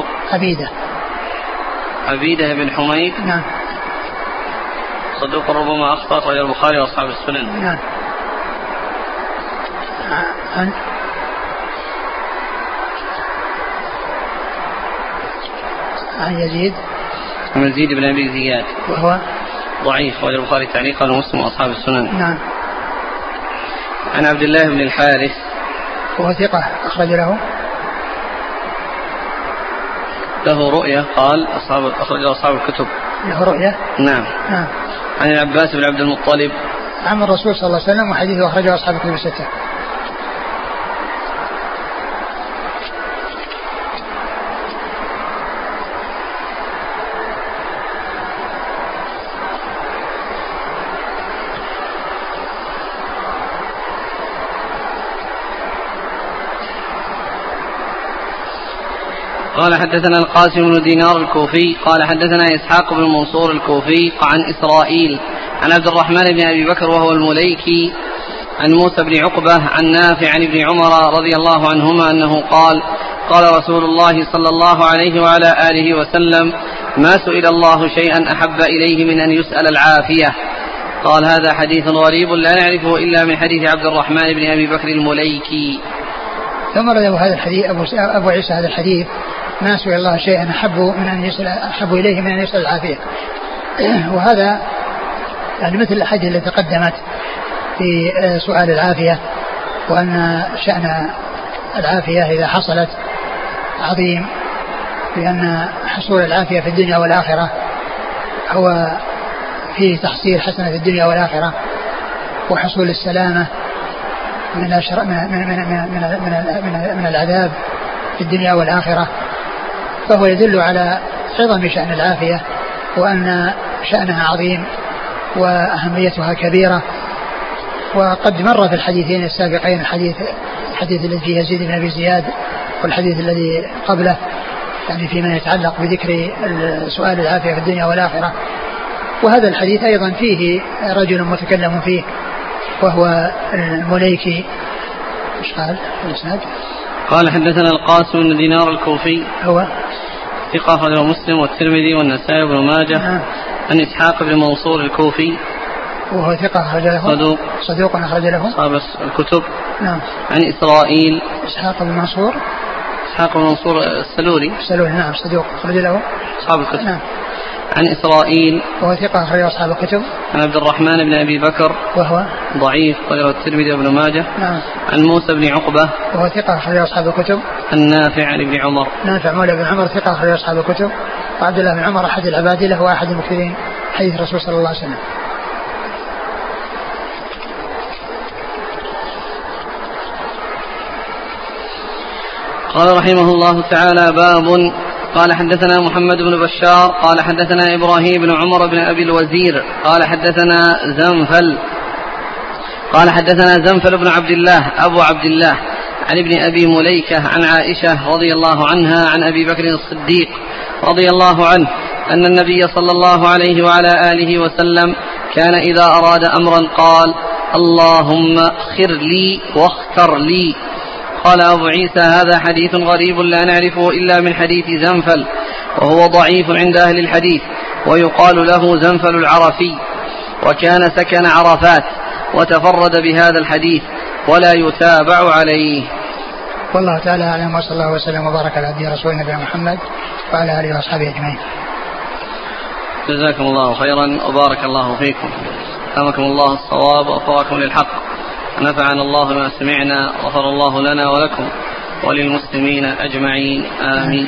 [SPEAKER 1] عبيدة بن حميد
[SPEAKER 2] نعم
[SPEAKER 1] صدوق ربما أخطأ، أخرج البخاري وأصحاب السنن.
[SPEAKER 2] نعم. عن يزيد
[SPEAKER 1] بن أبي زياد
[SPEAKER 2] وهو
[SPEAKER 1] ضعيف، أخرج البخاري تعليقا ومسلم وأصحاب السنن.
[SPEAKER 2] نعم.
[SPEAKER 1] عن عبد الله بن الحارث
[SPEAKER 2] وهو ثقة أخرج له
[SPEAKER 1] رؤية، قال أخرج أصحاب الكتب
[SPEAKER 2] له رؤية.
[SPEAKER 1] نعم.
[SPEAKER 2] نعم.
[SPEAKER 1] عن العباس بن عبد المطلب
[SPEAKER 2] عم الرسول صلى الله عليه وسلم، وحديثه أخرجه أصحاب الكتب الستة.
[SPEAKER 1] قال حدثنا القاسم بن دينار الكوفي قال حدثنا إسحاق بن منصور الكوفي عن إسرائيل عن عبد الرحمن بن أبي بكر وهو المليكي عن موسى بن عقبة عن نافع عن ابن عمر رضي الله عنهما أنه قال قال رسول الله صلى الله عليه وعلى آله وسلم ما سئل الله شيئا أحب إليه من أن يسأل العافية. قال هذا حديث غريب لا نعرفه إلا من حديث عبد الرحمن بن أبي بكر المليكي.
[SPEAKER 2] ثم روى هذا الحديث أبو عيسى هذا الحديث ما سئل الله شيئا أحب إليه من أن يسأل العافية. وهذا يعني مثل الحديث التي تقدمت في سؤال العافية، وأن شأن العافية إذا حصلت عظيم، لأن حصول العافية في الدنيا والآخرة هو فيه تحصيل حسنة في الدنيا والآخرة، وحصول السلامة من العذاب في الدنيا والآخرة، فهو يدل على عظم شأن العافية، وأن شأنها عظيم وأهميتها كبيرة. وقد مر في الحديثين السابقين الحديث الذي فيه يزيد بن أبي زياد والحديث الذي قبله، يعني فيما يتعلق بذكر سؤال العافية في الدنيا والآخرة. وهذا الحديث أيضا فيه رجل متكلم فيه وهو المليكي. ايش قال الإسناد؟
[SPEAKER 1] قال حدثنا القاسم بن دينار الكوفي
[SPEAKER 2] هو
[SPEAKER 1] ثقة أخرجه مسلم والترمذي والنسائي وابن ماجه.
[SPEAKER 2] نعم.
[SPEAKER 1] عن إسحاق بن منصور الكوفي
[SPEAKER 2] وهو ثقة أخرج له صدوق أخرج له
[SPEAKER 1] أصحاب الكتب.
[SPEAKER 2] نعم.
[SPEAKER 1] عن إسرائيل
[SPEAKER 2] إسحاق بن منصور
[SPEAKER 1] السلولي
[SPEAKER 2] نعم صدوق أخرج له
[SPEAKER 1] أصحاب الكتب.
[SPEAKER 2] نعم.
[SPEAKER 1] عن إسرائيل
[SPEAKER 2] وهو ثقة أخرج أصحاب الكتب.
[SPEAKER 1] عن عبد الرحمن بن أبي بكر
[SPEAKER 2] وهو
[SPEAKER 1] ضعيف أخرجه الترمذي وابن ماجه.
[SPEAKER 2] نعم.
[SPEAKER 1] عن موسى بن عقبة
[SPEAKER 2] وهو ثقة أخرج أصحاب الكتب.
[SPEAKER 1] النافع عن ابن عمر
[SPEAKER 2] نافع مولى بن عمر ثقة أخرج أصحاب الكتب. وعبد الله بن عمر أحد العبادلة وأحد المكثرين حديث الرسول صلى الله عليه وسلم.
[SPEAKER 1] قال رحمه الله تعالى باب. قال حدثنا محمد بن بشار قال حدثنا إبراهيم بن عمر بن أبي الوزير قال حدثنا زنفل بن عبد الله أبو عبد الله عن ابن أبي مليكة عن عائشة رضي الله عنها عن أبي بكر الصديق رضي الله عنه أن النبي صلى الله عليه وعلى آله وسلم كان إذا أراد أمرا قال اللهم خر لي واختر لي. قال أبو عيسى هذا حديث غريب لا نعرفه إلا من حديث زنفل، وهو ضعيف عند أهل الحديث، ويقال له زنفل العرفي، وكان سكن عرفات، وتفرد بهذا الحديث ولا يتابع عليه.
[SPEAKER 2] والله تعالى أعلم، وصلى الله وسلم وبارك على عبده ورسوله نبينا محمد وعلى آله وأصحابه أجمعين.
[SPEAKER 1] جزاكم الله خيرا وبارك الله فيكم، ألهمكم الله الصواب ووفقكم للحق، نفعنا الله بما سمعنا، غفر الله لنا ولكم وللمسلمين أجمعين، آمين.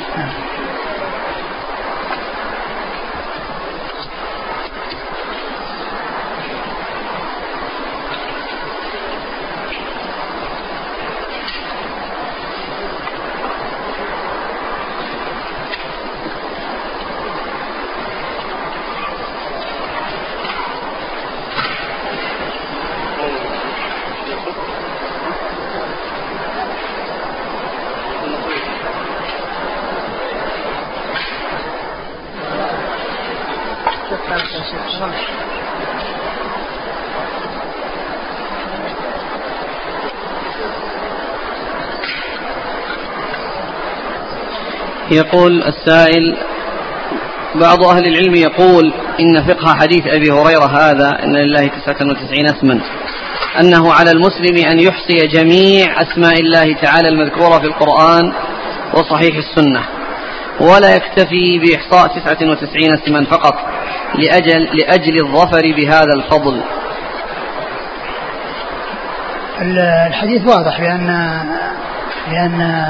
[SPEAKER 1] يقول السائل: بعض أهل العلم يقول إن فقه حديث أبي هريرة هذا إن لله 99 اسما أنه على المسلم أن يحصي جميع أسماء الله تعالى المذكورة في القرآن وصحيح السنة، ولا يكتفي بإحصاء 99 اسما فقط لأجل الظفر بهذا الفضل.
[SPEAKER 2] الحديث واضح بأن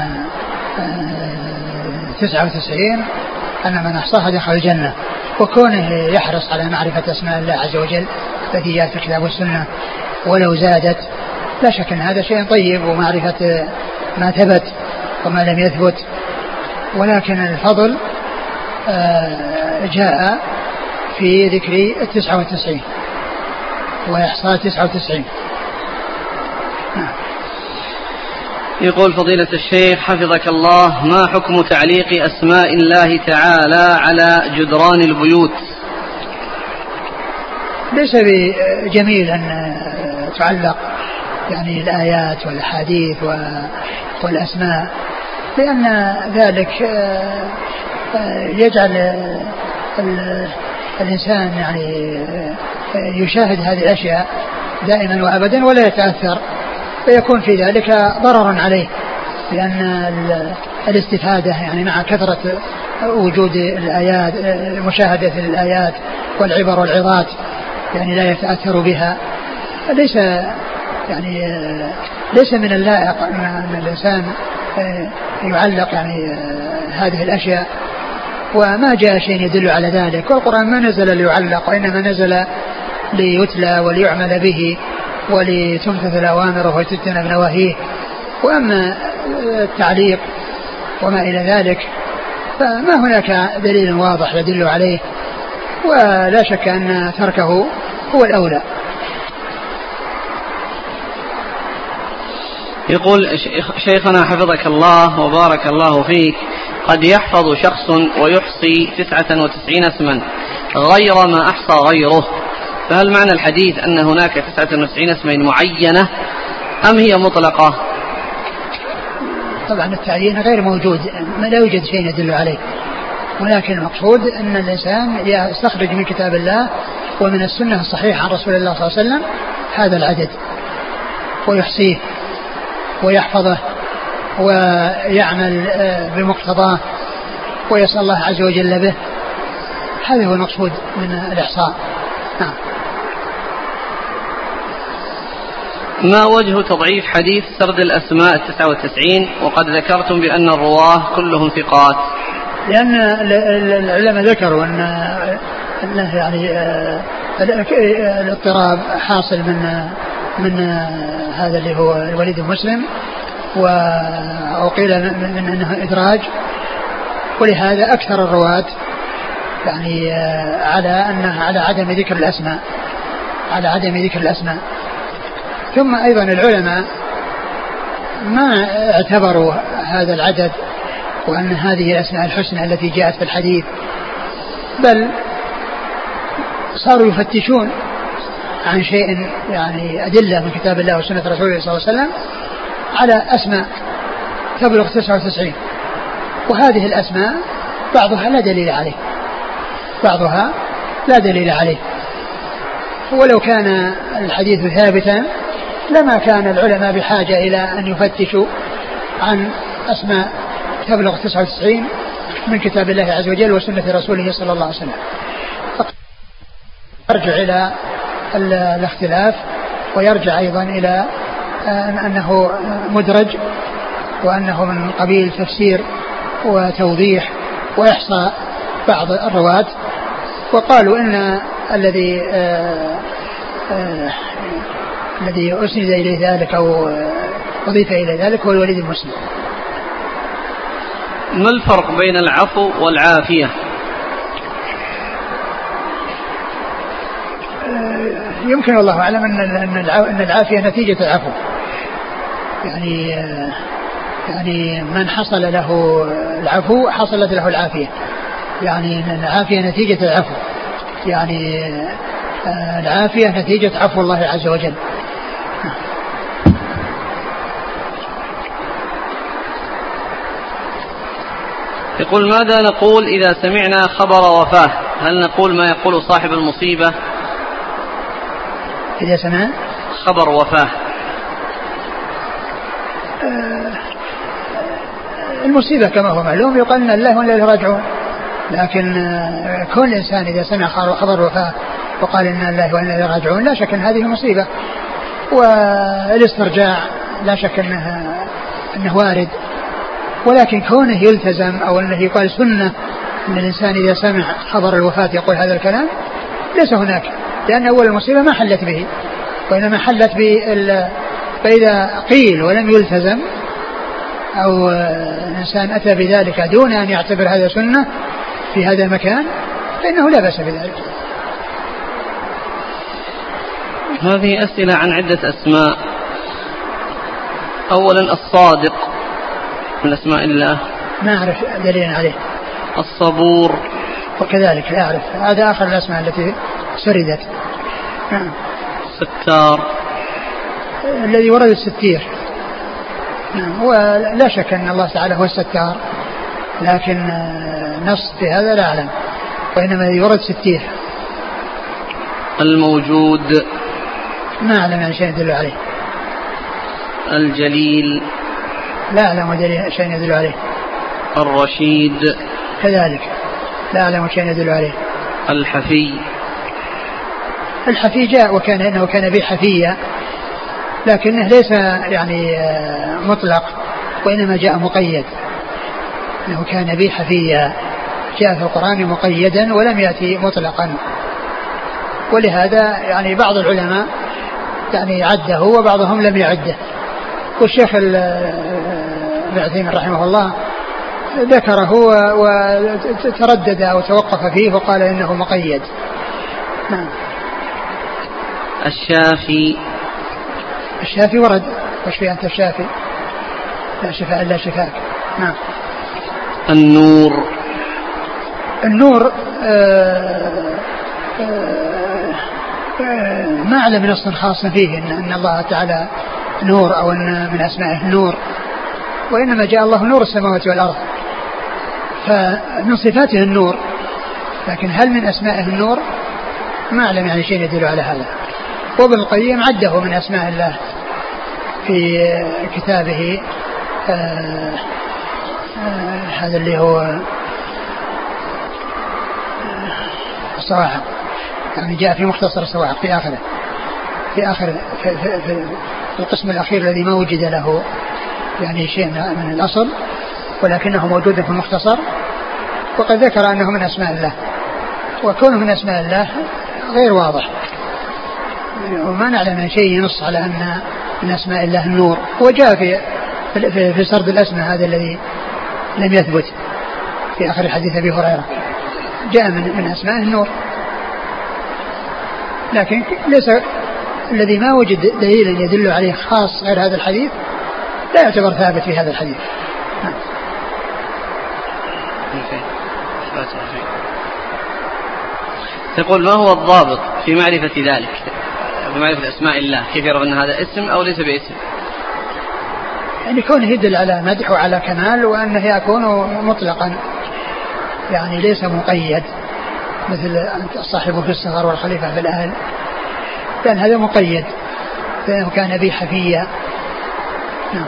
[SPEAKER 2] 99 أن من أحصاها دخل الجنة، وكونه يحرص على معرفة أسماء الله عز وجل التي جاءت في الكتاب والسنة ولو زادت لا شك أن هذا شيء طيب، ومعرفة ما ثبت وما لم يثبت، ولكن الفضل جاء في ذكر 99 وإحصاء 99.
[SPEAKER 1] يقول فضيلة الشيخ حفظك الله: ما حكم تعليق أسماء الله تعالى على جدران البيوت؟
[SPEAKER 2] ليس بجميل أن تعلق يعني الآيات والأحاديث والأسماء، لأن ذلك يجعل الإنسان يعني يشاهد هذه الأشياء دائما وأبدا ولا يتأثر، فيكون في ذلك ضرر عليه، لأن الاستفادة يعني مع كثرة وجود الآيات، مشاهدة الآيات والعبر والعظات يعني لا يتأثر بها. ليس من اللائق أن الإنسان يعلق يعني هذه الأشياء، وما جاء شيء يدل على ذلك، والقرآن ما نزل ليعلق، وإنما نزل ليتلى وليعمل به ولتمتثل أوامره وتجتنب نواهيه. وأما التعليق وما إلى ذلك فما هناك دليل واضح يدل عليه، ولا شك أن تركه هو الأولى.
[SPEAKER 1] يقول شيخنا حفظك الله وبارك الله فيك: قد يحفظ شخص ويحصي 99 اسما غير ما أحصى غيره، فهل معنى الحديث أن هناك 99 اسما معينة أم هي مطلقة؟
[SPEAKER 2] طبعا التعيين غير موجود، لا يوجد شيء يدل عليه، ولكن المقصود أن الإنسان يستخرج من كتاب الله ومن السنة الصحيحة عن رسول الله صلى الله عليه وسلم هذا العدد ويحصيه ويحفظه ويعمل بمقتضاه ويسأل الله عز وجل به. هذا هو المقصود من الإحصاء. نعم.
[SPEAKER 1] ما وجه تضعيف حديث سرد الأسماء 99 وقد ذكرتم بأن الرواه كلهم ثقات؟
[SPEAKER 2] لأن العلماء ذكروا أن يعني الاضطراب حاصل من هذا اللي هو الوليد بن مسلم، وقيل من أنه إدراج، ولهذا أكثر الرواة يعني على عدم ذكر الأسماء. ثم أيضا العلماء ما اعتبروا هذا العدد وأن هذه الأسماء الحسنى التي جاءت في الحديث، بل صاروا يفتشون عن شيء يعني أدلة من كتاب الله وسنة رسوله صلى الله عليه وسلم على أسماء تبلغ 99، وهذه الأسماء بعضها لا دليل عليه، ولو كان الحديث ثابتا لما كان العلماء بحاجة إلى أن يفتشوا عن أسماء تبلغ 99 من كتاب الله عز وجل وسنة رسوله صلى الله عليه وسلم. يرجع إلى الاختلاف، ويرجع أيضا إلى أنه مدرج، وأنه من قبيل تفسير وتوضيح وإحصاء بعض الرواة. وقالوا إن الذي أسند إليه ذلك أو أضيف إلى ذلك هو الوليد بن مسلم.
[SPEAKER 1] ما الفرق بين العفو والعافية؟
[SPEAKER 2] يمكن الله أعلم أن العافية نتيجة العفو، يعني من حصل له العفو حصلت له العافية، يعني العافية نتيجة العفو، يعني العافية نتيجة عفو الله عز وجل.
[SPEAKER 1] يقول ماذا نقول إذا سمعنا خبر وفاة؟ هل نقول ما يقول صاحب المصيبة؟
[SPEAKER 2] إذا سمع
[SPEAKER 1] خبر وفاة
[SPEAKER 2] المصيبة كما هو معلوم يقال إن الله وإنا إليه راجعون، لكن كل إنسان إذا سمع خبر وفاة وقال إن الله وإنا إليه راجعون لا شك أن هذه مصيبة، والاسترجاع لا شك أنه وارد، ولكن كونه يلتزم أو أنه يقال سنة أن الإنسان إذا سمع خبر الوفاة يقول هذا الكلام ليس هناك، لأن أول المصيبة ما حلت به، وإنما حلت فإذا قيل ولم يلتزم أو الإنسان أتى بذلك دون أن يعتبر هذا سنة في هذا المكان فإنه لا بأس بذلك.
[SPEAKER 1] هذه أسئلة عن عدة أسماء. أولا الصادق من أسماء الله،
[SPEAKER 2] ما أعرف دليل عليه.
[SPEAKER 1] الصبور
[SPEAKER 2] وكذلك لا أعرف، هذا آخر الأسماء التي سردت.
[SPEAKER 1] الستار
[SPEAKER 2] الذي ورد الستير، ولا شك أن الله تعالى هو الستار، لكن نص في هذا لا أعلم، وإنما يورد ستير.
[SPEAKER 1] الموجود
[SPEAKER 2] ما أعلم عن شيء يدل عليه.
[SPEAKER 1] الجليل
[SPEAKER 2] لا أعلم شيء يدل عليه.
[SPEAKER 1] الرشيد
[SPEAKER 2] كذلك لا أعلم شيء يدل عليه. الحفي جاء وكان إنه كان به حفية، لكنه ليس يعني مطلق، وإنما جاء مقيد، إنه كان به حفية، جاء في القرآن مقيدا ولم يأتي مطلقا، ولهذا يعني بعض العلماء يعني عده وبعضهم لم يعده، والشيخ ابن عثيمين رحمه الله ذكره وتردد أو توقف فيه وقال إنه مقيد. نعم. الشافي ورد، واشفي أنت الشافي لا شفاء إلا شفاك. نعم. النور ما أعلم نص خاص فيه إن الله تعالى نور أو أن من أسمائه النور، وإنما جاء الله نور السماوات والأرض، فمن صفاته النور، لكن هل من أسمائه النور ما أعلم يعني شيء يدل على هذا. وابن القيم عده من أسماء الله في كتابه هذا اللي هو الصواعق، يعني جاء في مختصر الصواعق في آخر في القسم الأخير الذي ما وجد له يعني شيء من الأصل، ولكنه موجود في المختصر، وقد ذكر أنه من أسماء الله، وكونه من أسماء الله غير واضح، وما نعلم عن شيء ينص على أن من أسماء الله النور. وجاء في سرد الأسماء هذا الذي لم يثبت في آخر حديث أبي هريرة، جاء من أسماء النور، لكن ليس الذي ما وجد دليل يدل عليه خاص غير هذا الحديث لا يعتبر ثابت في هذا الحديث.
[SPEAKER 1] تقول ما هو الضابط في معرفة ذلك، بمعرفة أسماء الله، كيف يرى أن هذا اسم أو ليس باسم؟
[SPEAKER 2] يعني كونه يدل على مدح وعلى كمال، وأنه يكون مطلقا يعني ليس مقيد، مثل الصاحب في الصغر والخليفة في الأهل، لأن هذا مقيد لأنه كان به حفية. نعم.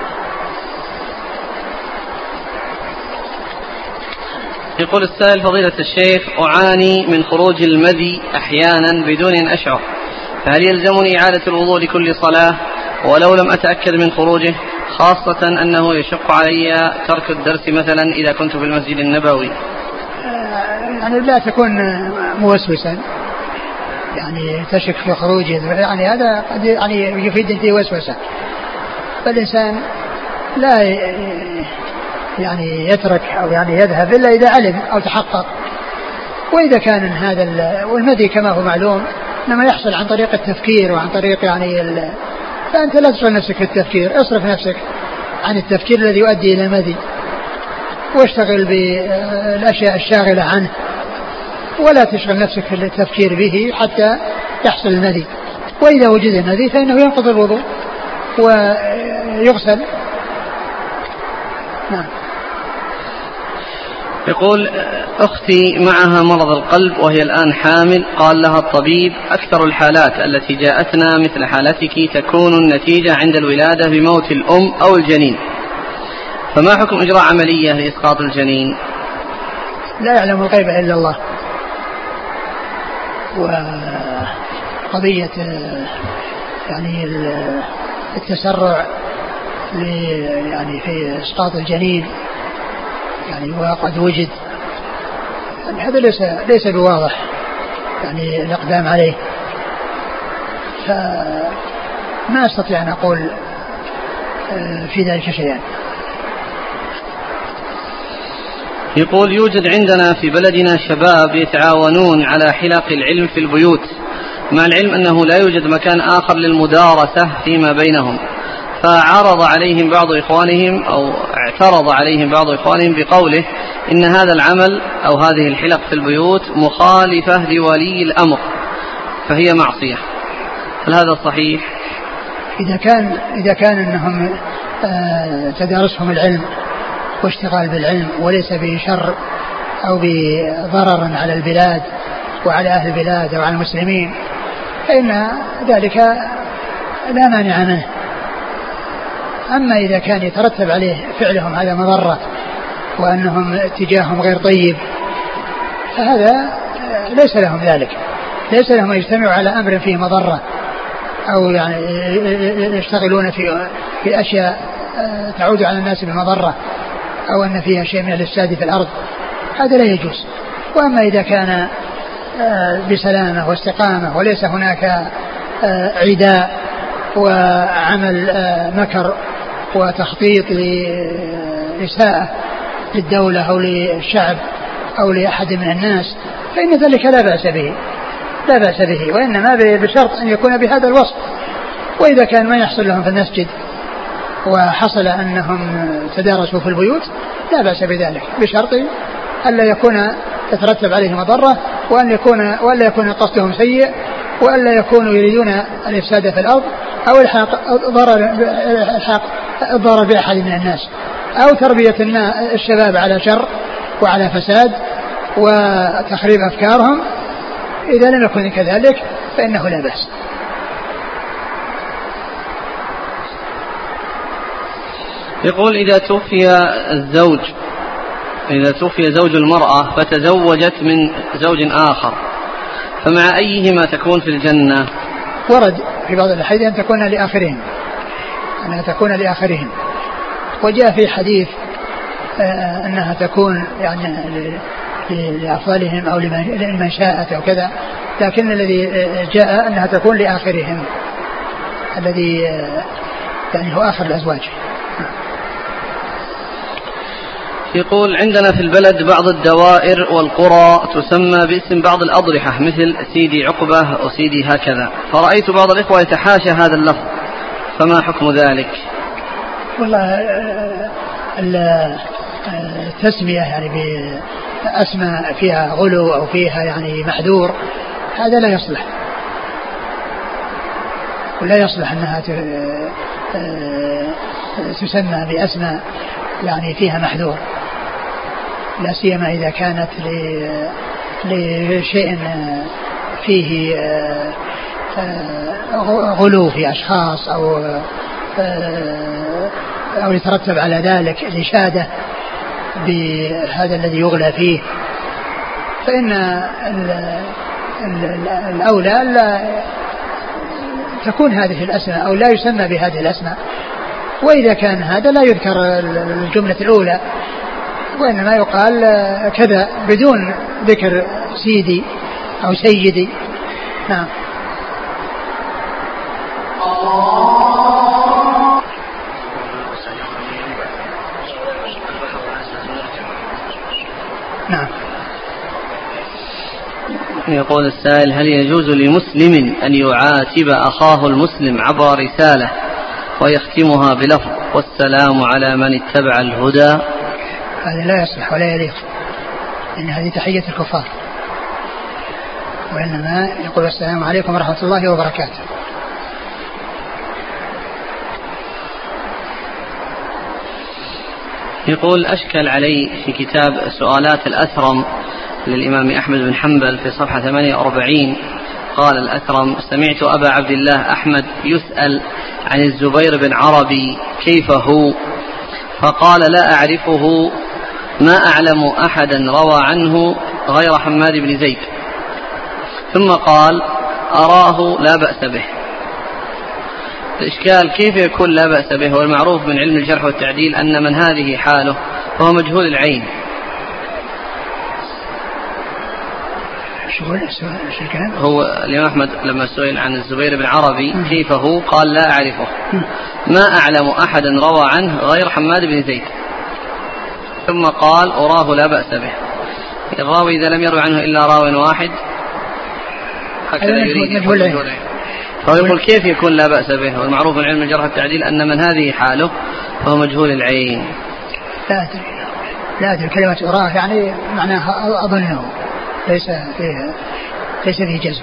[SPEAKER 1] يقول السائل فضيلة الشيخ أعاني من خروج المذي أحيانا بدون أن أشعر، فهل يلزمني إعادة الوضوء لكل صلاة ولو لم أتأكد من خروجه، خاصة أنه يشق علي ترك الدرس مثلا إذا كنت في المسجد النبوي؟
[SPEAKER 2] يعني لا تكون موسوسا، يعني تشك في خروجه، يعني هذا قد يعني يفيد أنت وسوسة، فالإنسان لا يعني يترك أو يعني يذهب إلا إذا علم أو تحقق. وإذا كان هذا والمذي كما هو معلوم لما يحصل عن طريق التفكير وعن طريق يعني فأنت لا تشغل نفسك في التفكير، اصرف نفسك عن التفكير الذي يؤدي إلى المذي، واشتغل بالأشياء الشاغلة عنه، ولا تشغل نفسك في التفكير به حتى يحصل المذي. وإذا وجد المذي فإنه ينقض الوضوء ويغسل. نعم.
[SPEAKER 1] يقول أختي معها مرض القلب وهي الآن حامل، قال لها الطبيب أكثر الحالات التي جاءتنا مثل حالتك تكون النتيجة عند الولادة بموت الأم أو الجنين، فما حكم إجراء عملية لإسقاط الجنين؟
[SPEAKER 2] لا يعلم الغيب إلا الله. وقضية يعني التسرع يعني في إسقاط الجنين يعني وقد وجد، يعني هذا ليس بواضح يعني الإقدام عليه، فما أستطيع أن أقول في ذلك شيئا.
[SPEAKER 1] يقول يوجد عندنا في بلدنا شباب يتعاونون على حلق العلم في البيوت، مع العلم أنه لا يوجد مكان آخر للمدارسة فيما بينهم، فعرض عليهم بعض إخوانهم أو اعترض عليهم بعض إخوانهم بقوله إن هذا العمل أو هذه الحلق في البيوت مخالفة لولي الأمر فهي معصية، هل هذا صحيح؟
[SPEAKER 2] إذا كان أنهم تدارسهم العلم واشتغال بالعلم وليس بشر أو بضرر على البلاد وعلى أهل البلاد أو على المسلمين فإن ذلك لا مانع منه. أما إذا كان يترتب عليه فعلهم هذا مضرة وأنهم اتجاههم غير طيب فهذا ليس لهم ذلك، ليس لهم يجتمعوا على أمر فيه مضرة أو يعني يشتغلون في أشياء تعود على الناس بمضرة أو أن فيها شيء من الإفساد في الأرض، هذا لا يجوز. وأما إذا كان بسلامة واستقامة وليس هناك عداء وعمل مكر وتخطيط لإساءة للدولة أو للشعب أو لأحد من الناس فإن ذلك لا بأس به، وإنما بشرط أن يكون بهذا الوصف. وإذا كان ما يحصل لهم في المسجد وحصل أنهم تدارسوا في البيوت لا بأس بذلك، بشرط ألا يكون تترتب عليه مضرة وألا يكون قصدهم سيء وألا يكونوا يريدون الإفساد في الأرض أو الحاق الضرر بأحد من الناس أو تربية الشباب على شر وعلى فساد وتخريب أفكارهم. إذا لم يكن كذلك فإنه لا بأس.
[SPEAKER 1] يقول إذا توفي زوج المرأة فتزوجت من زوج آخر فمع أيهما تكون في الجنة؟
[SPEAKER 2] ورد في بعض الأحاديث أنها تكون لآخرهم، وجاء في حديث أنها تكون يعني لأفضلهم أو لمن شاءت أو كذا، لكن الذي جاء أنها تكون لآخرهم الذي يعني هو آخر الأزواج.
[SPEAKER 1] يقول عندنا في البلد بعض الدوائر والقرى تسمى باسم بعض الأضرحة مثل سيدي عقبة وسيدي هكذا، فرأيت بعض الإخوة يتحاشى هذا اللفظ، فما حكم ذلك؟
[SPEAKER 2] والله التسمية يعني بأسماء فيها غلو أو فيها يعني محذور هذا لا يصلح، ولا يصلح أنها تسمى بأسماء يعني فيها محذور، لا سيما إذا كانت لشيء فيه غلو في أشخاص أو يترتب على ذلك الإشادة بهذا الذي يغلى فيه، فإن الأولى لا تكون هذه الأسماء أو لا يسمى بهذه الأسماء. وإذا كان هذا لا يذكر الجملة الأولى وإنما يقال كذا بدون ذكر سيدي أو سيدي. نعم. نعم.
[SPEAKER 1] يقول السائل هل يجوز لمسلم أن يعاتب أخاه المسلم عبر رسالة ويختمها بلفظ والسلام على من اتبع الهدى؟
[SPEAKER 2] هذا لا يصلح ولا يليق، إن هذه تحية الكفار وإنما يقول السلام عليكم ورحمة الله وبركاته.
[SPEAKER 1] يقول أشكل علي في كتاب سؤالات الأثرم للإمام أحمد بن حنبل في صفحة 48 قال الأثرم: سمعت أبا عبد الله أحمد يسأل عن الزبير بن عربي كيف هو، فقال: لا أعرفه، ما أعلم أحدا روى عنه غير حماد بن زيد. ثم قال: أراه لا بأس به. الإشكال: كيف يكون لا بأس به والمعروف من علم الجرح والتعديل أن من هذه حاله فهو مجهول العين؟ هو الإمام أحمد لما سئل عن الزبير بن عربي كيف هو قال: لا أعرفه، ما أعلم أحدا روى عنه غير حماد بن زيد. ثم قال: أراه لا بأس به. الراوي إذا لم يروي عنه إلا راو واحد هكذا يريد مجهول العين. فهو يقول: كيف يكون لا بأس به والمعروف من علم الجرح والتعديل أن من هذه حاله فهو مجهول العين؟
[SPEAKER 2] لا أدري كلمة أراه يعني معناها أظنه، ليس فيه جزم.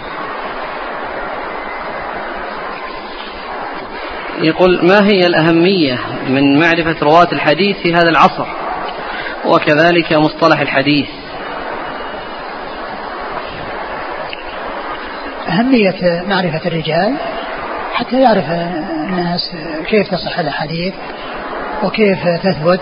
[SPEAKER 1] يقول: ما هي الأهمية من معرفة رواة الحديث في هذا العصر وكذلك مصطلح الحديث؟
[SPEAKER 2] أهمية معرفة الرجال حتى يعرف الناس كيف تصح الحديث وكيف تثبت،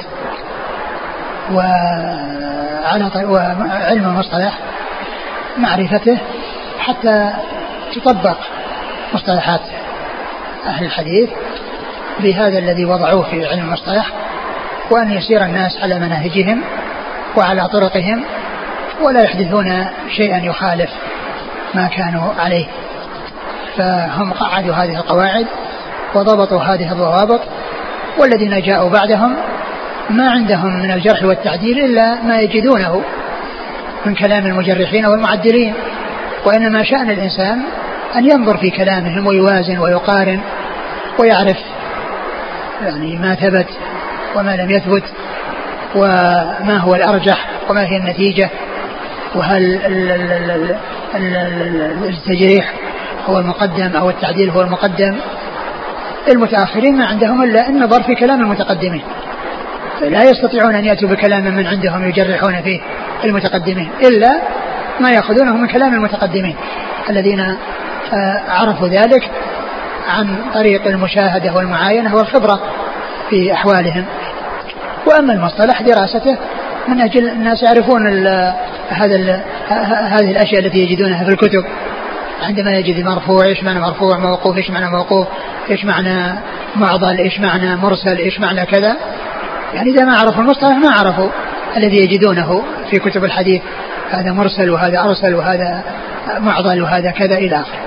[SPEAKER 2] وعلم المصطلح معرفته حتى تطبق مصطلحات أهل الحديث بهذا الذي وضعوه في علم المصطلح، وأن يسير الناس على مناهجهم وعلى طرقهم ولا يحدثون شيئا يخالف ما كانوا عليه. فهم قعدوا هذه القواعد وضبطوا هذه الضوابط، والذين جاءوا بعدهم ما عندهم من الجرح والتعديل إلا ما يجدونه من كلام المجرحين والمعدلين، وإنما شأن الإنسان أن ينظر في كلامهم ويوازن ويقارن ويعرف يعني ما ثبت وما لم يثبت وما هو الأرجح وما هي النتيجة، وهل التجريح هو المقدم أو التعديل هو المقدم. المتأخرين ما عندهم إلا النظر في كلام المتقدمين، لا يستطيعون أن يأتوا بكلام من عندهم يجرحون فيه المتقدمين إلا ما يأخذونه من كلام المتقدمين الذين عرفوا ذلك عن طريق المشاهدة والمعاينة والخبرة في أحوالهم. وأما المصطلح دراسته من أجل الناس يعرفون هذه الأشياء التي يجدونها في الكتب، عندما يجد مرفوع إيش معنى مرفوع، موقوف إيش معنى موقوف، إيش معنى معضل، إيش معنى مرسل، إيش معنى كذا. يعني إذا ما عرفوا المصطلح ما عرفوا الذي يجدونه في كتب الحديث، هذا مرسل وهذا أرسل وهذا معضل وهذا كذا إلى آخره.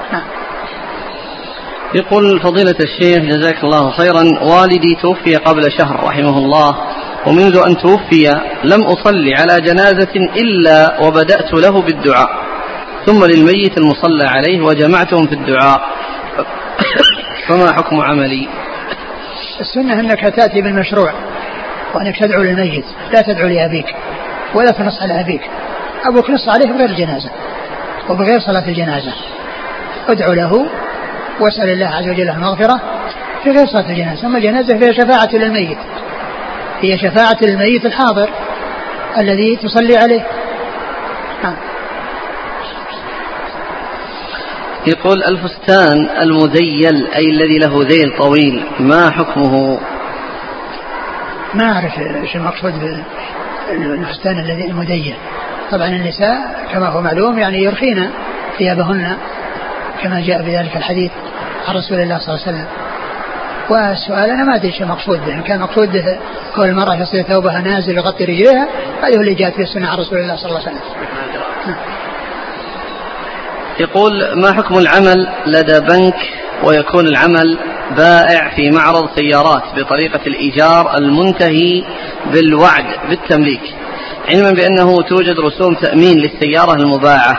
[SPEAKER 1] يقول: فضيلة الشيخ جزاك الله خيرا، والدي توفي قبل شهر رحمه الله، ومنذ أن توفي لم أصلي على جنازة إلا وبدأت له بالدعاء، ثم للميت المصلى عليه وجمعتهم في الدعاء، فما حكم عملي؟
[SPEAKER 2] السنة أنك تأتي بالمشروع وأنك تدعو للميت، لا تدعو لأبيك ولا تنص على أبيك. أبوك نص عليه بغير الجنازة وبغير صلاة الجنازة، ادعو له واسأل الله عز وجل المغفرة في غير صلاة الجنازة. أما الجنازة فهي شفاعة للميت، هي شفاعة للميت الحاضر الذي تصلي عليه.
[SPEAKER 1] يقول: الفستان المذيل أي الذي له ذيل طويل ما حكمه؟
[SPEAKER 2] ما أعرف إيش المقصود بالفستان الذي المذيل. طبعا النساء كما هو معلوم يعني يرخين ثيابهن كما جاء بذلك الحديث عن رسول الله صلى الله عليه وسلم. والسؤال أنا ما أدري إيش المقصود به، كان مقصود به كل المرأة يصير ثوبها نازل يغطي رجليها، هذه اللي جاءت في السنة عن رسول الله صلى الله عليه وسلم.
[SPEAKER 1] يقول: ما حكم العمل لدى بنك ويكون العمل بائع في معرض سيارات بطريقة الإيجار المنتهي بالوعد بالتمليك، علما بأنه توجد رسوم تأمين للسيارة المباعة؟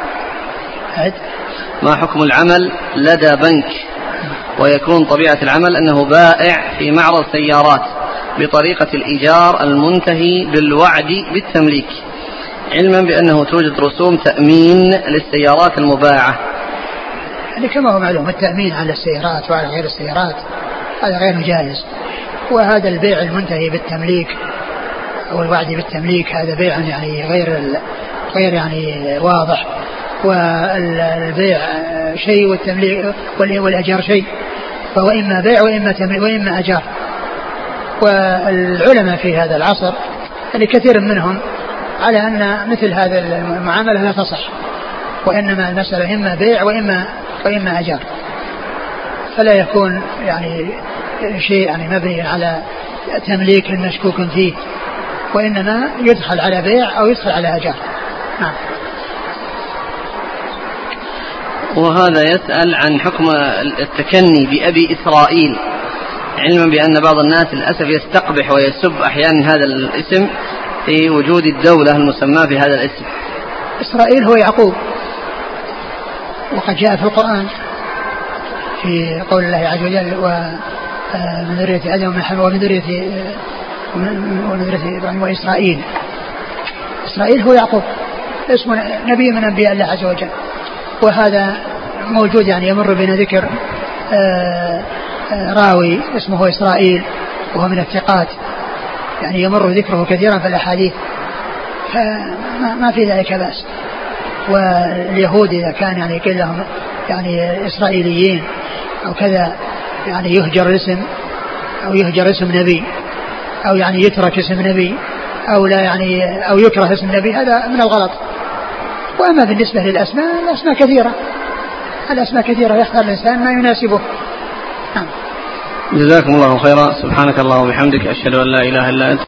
[SPEAKER 1] ما حكم العمل لدى بنك ويكون طبيعة العمل أنه بائع في معرض سيارات بطريقة الإيجار المنتهي بالوعد بالتمليك، علما بأنه توجد رسوم تأمين للسيارات المباعة.
[SPEAKER 2] يعني كما هو معلوم التأمين على السيارات وعلى غير السيارات هذا غير جائز، وهذا البيع المنتهي بالتمليك أو الوعد بالتمليك هذا بيع يعني غير يعني واضح، والبيع شيء والتمليك والأجار شيء، فهو إما بيع وإما تمليك وإما أجار. والعلماء في هذا العصر يعني كثير منهم على أن مثل هذا المعاملة لا تصح، وإنما المسألة إما بيع وإما أجار، فلا يكون يعني شيء يعني مبني على تمليك مشكوك فيه، وإنما يدخل على بيع أو يدخل على أجار. نعم.
[SPEAKER 1] وهذا يسأل عن حكم التكني بأبي إسرائيل، علما بأن بعض الناس للأسف يستقبح ويسب أحيانا هذا الاسم في وجود الدولة المسمى بهذا الاسم.
[SPEAKER 2] إسرائيل هو يعقوب، وقد جاء في القرآن في قول الله عز وجل ومن ذرية آدم ومن ذرية إبراهيم وإسرائيل. إسرائيل هو يعقوب، اسم نبي من أنبياء الله عز وجل، وهذا موجود يعني يمر بنا ذكر راوي اسمه إسرائيل وهو من الثقات، يعني يمر ذكره كثيرا في الأحاديث، فما في ذلك بأس. واليهود إذا كان يعني يقول لهم يعني إسرائيليين أو كذا يعني يهجر الاسم أو يهجر اسم نبي أو يعني يترك اسم نبي أو لا يعني أو يكره اسم نبي، هذا من الغلط. وأما بالنسبة للأسماء الأسماء كثيرة يختار الإنسان ما يناسبه.
[SPEAKER 1] جزاكم الله خيرا. سبحانك الله وبحمدك، أشهد أن لا إله إلا أنت.